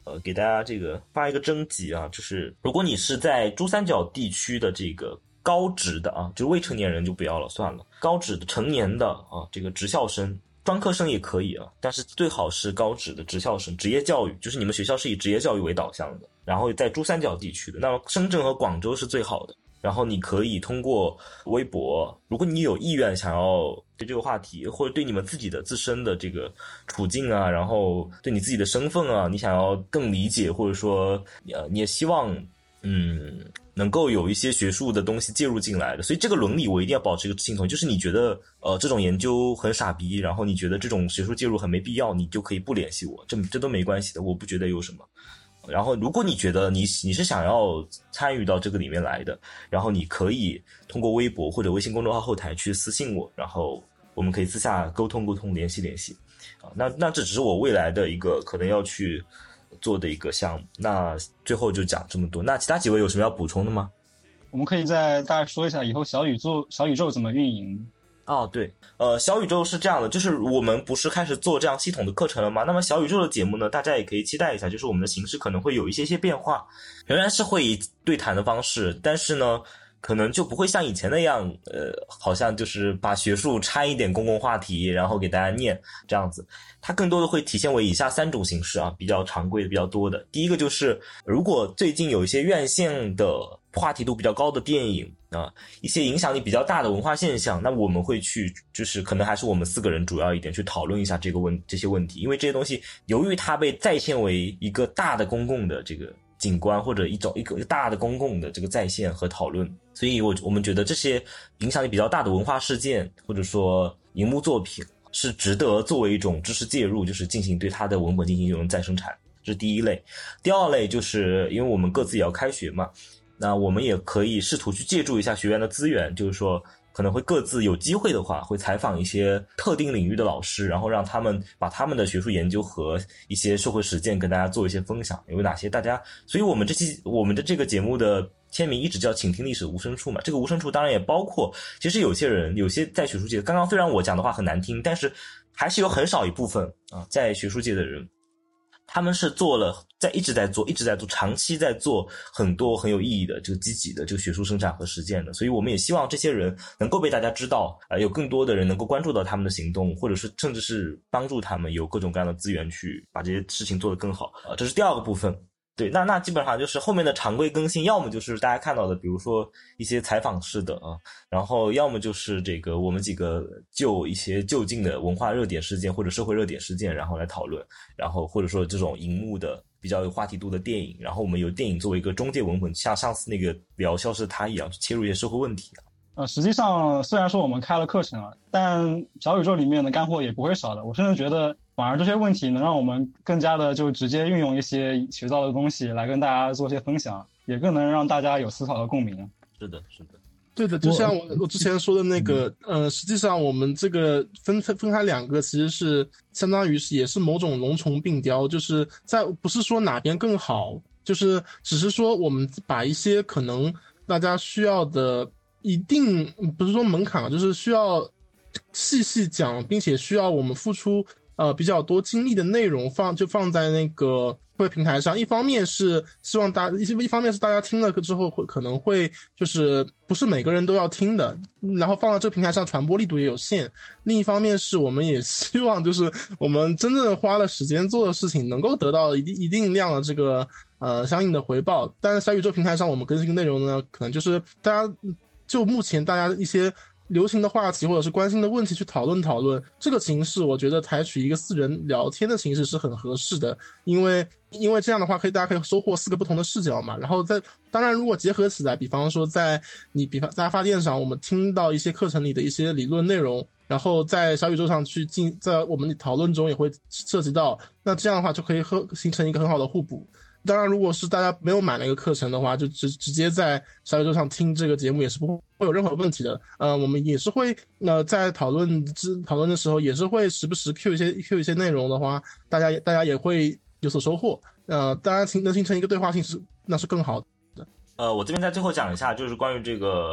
呃，给大家这个发一个征集啊，就是如果你是在珠三角地区的这个高职的啊，就是未成年人就不要了，算了，高职的成年的啊，这个职校生。专科生也可以啊，但是最好是高职的职校生，职业教育，就是你们学校是以职业教育为导向的，然后在珠三角地区的，那么深圳和广州是最好的。然后你可以通过微博，如果你有意愿想要对这个话题，或者对你们自己的自身的这个处境啊，然后对你自己的身份啊，你想要更理解，或者说呃你也希望嗯能够有一些学术的东西介入进来的，所以这个伦理我一定要保持一个知情同意，就是你觉得呃这种研究很傻逼，然后你觉得这种学术介入很没必要，你就可以不联系我，这这都没关系的，我不觉得有什么。然后如果你觉得你你是想要参与到这个里面来的，然后你可以通过微博或者微信公众号后台去私信我，然后我们可以私下沟通沟通，联系联系啊。那那这只是我未来的一个可能要去做的一个项目。那最后就讲这么多，那其他几位有什么要补充的吗？
我们可以再大概说一下以后小宇宙小宇宙怎么运营。
哦，对，呃，小宇宙是这样的，就是我们不是开始做这样系统的课程了吗？那么小宇宙的节目呢，大家也可以期待一下，就是我们的形式可能会有一些些变化，仍然是会以对谈的方式，但是呢，可能就不会像以前那样，呃，好像就是把学术掺一点公共话题，然后给大家念这样子。它更多的会体现为以下三种形式啊，比较常规的、比较多的。第一个就是，如果最近有一些院线的话题度比较高的电影啊，一些影响力比较大的文化现象，那我们会去，就是可能还是我们四个人主要一点去讨论一下这个问这些问题，因为这些东西由于它被再现为一个大的公共的这个景观或者一种一个大的公共的这个再现和讨论，所以我我们觉得这些影响力比较大的文化事件或者说荧幕作品是值得作为一种知识介入，就是进行对它的文本进行一种再生产，这是第一类。第二类就是因为我们各自也要开学嘛，那我们也可以试图去借助一下学院的资源，就是说可能会各自有机会的话会采访一些特定领域的老师，然后让他们把他们的学术研究和一些社会实践跟大家做一些分享，有哪些大家，所以我们这期我们的这个节目的签名一直叫请听历史无声处嘛，这个无声处当然也包括其实有些人有些在学术界，刚刚虽然我讲的话很难听，但是还是有很少一部分啊在学术界的人，他们是做了在一直在做一直在做长期在做很多很有意义的这个积极的这个学术生产和实践的，所以我们也希望这些人能够被大家知道，呃，有更多的人能够关注到他们的行动，或者是甚至是帮助他们有各种各样的资源去把这些事情做得更好，呃，这是第二个部分。对，那那基本上就是后面的常规更新，要么就是大家看到的，比如说一些采访式的啊，然后要么就是这个我们几个就一些就近的文化热点事件或者社会热点事件，然后来讨论，然后或者说这种荧幕的比较有话题度的电影，然后我们有电影作为一个中介文本，像上次那个聊消失他一样，去切入一些社会问题。
呃，实际上虽然说我们开了课程了，但小宇宙里面的干货也不会少的。我甚至觉得，反而这些问题能让我们更加的就直接运用一些学到的东西来跟大家做一些分享，也更能让大家有思考和共鸣。
是的，是的。
对的，就像我我之前说的那个，呃，实际上我们这个分分分开两个，其实是相当于是也是某种龙虫并雕，就是在不是说哪边更好，就是只是说我们把一些可能大家需要的一定不是说门槛啊，就是需要细细讲，并且需要我们付出呃比较多精力的内容放就放在那个会平台上。一方面是希望大家，一方面是大家听了之后会可能会就是不是每个人都要听的，然后放到这个平台上传播力度也有限。另一方面是我们也希望就是我们真正花了时间做的事情能够得到一定一定量的这个呃相应的回报。但是小宇宙平台上我们更新内容呢，可能就是大家就目前大家一些流行的话题或者是关心的问题去讨论讨论，这个形式我觉得采取一个四人聊天的形式是很合适的，因为因为这样的话可以大家可以收获四个不同的视角嘛。然后在当然如果结合起来，比方说在你比方在发电上我们听到一些课程里的一些理论内容，然后在小宇宙上去进在我们讨论中也会涉及到，那这样的话就可以和形成一个很好的互补。当然如果是大家没有买那个课程的话，就直直接在小宇宙上听这个节目也是不会有任何问题的。呃我们也是会呃在讨论之讨论的时候也是会时不时 Q 一些 Q 一些内容的话，大家大家也会有所收获。呃当然能形成一个对话性是那是更好的。
呃我这边在最后讲一下，就是关于这个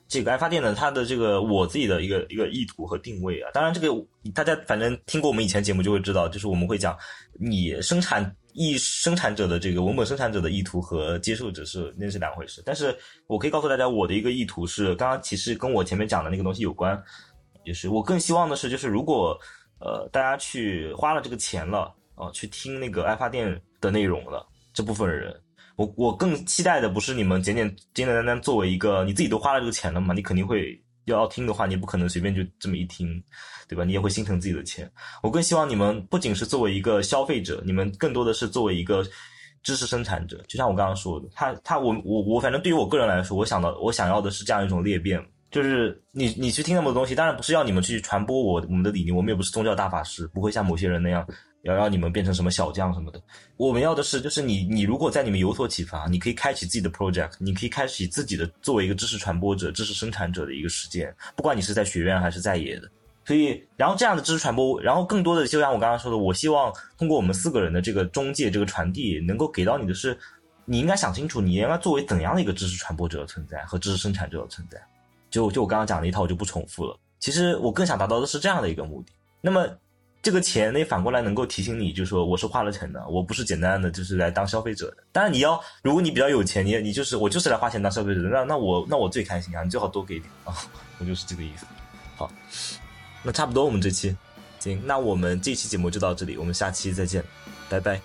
这个爱发电呢，它的这个我自己的一个一个意图和定位啊，当然这个大家反正听过我们以前节目就会知道，就是我们会讲你生产意生产者的这个文本生产者的意图和接受者是那是两回事。但是我可以告诉大家，我的一个意图是，刚刚其实跟我前面讲的那个东西有关，就是我更希望的是，就是如果呃大家去花了这个钱了啊、呃，去听那个爱发电的内容了，这部分人。我我更期待的不是你们简简简简单单作为一个你自己都花了这个钱了嘛，你肯定会要听的话，你不可能随便就这么一听，对吧？你也会心疼自己的钱。我更希望你们不仅是作为一个消费者，你们更多的是作为一个知识生产者。就像我刚刚说的，他他我我我反正对于我个人来说，我想到我想要的是这样一种裂变，就是你你去听那么多东西，当然不是要你们去传播我我们的理念，我们也不是宗教大法师，不会像某些人那样。要让你们变成什么小将什么的，我们要的是，就是你，你如果在你们有所启发，你可以开启自己的 project， 你可以开启自己的作为一个知识传播者、知识生产者的一个实践，不管你是在学院还是在野的。所以，然后这样的知识传播，然后更多的就像我刚刚说的，我希望通过我们四个人的这个中介、这个传递，能够给到你的是，你应该想清楚，你应该作为怎样的一个知识传播者的存在和知识生产者的存在。就就我刚刚讲的一套，我就不重复了。其实我更想达到的是这样的一个目的。那么。这个钱呢，反过来能够提醒你，就是说我是花了钱的，我不是简单的就是来当消费者的。当然你要，如果你比较有钱，你你就是我就是来花钱当消费者的，那那我那我最开心啊，你最好多给一点啊，我就是这个意思。好，那差不多我们这期，行，那我们这期节目就到这里，我们下期再见，拜拜。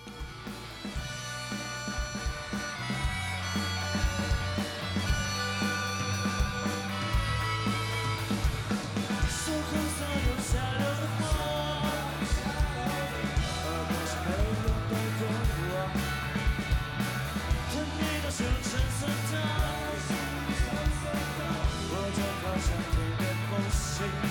我就好像天边风行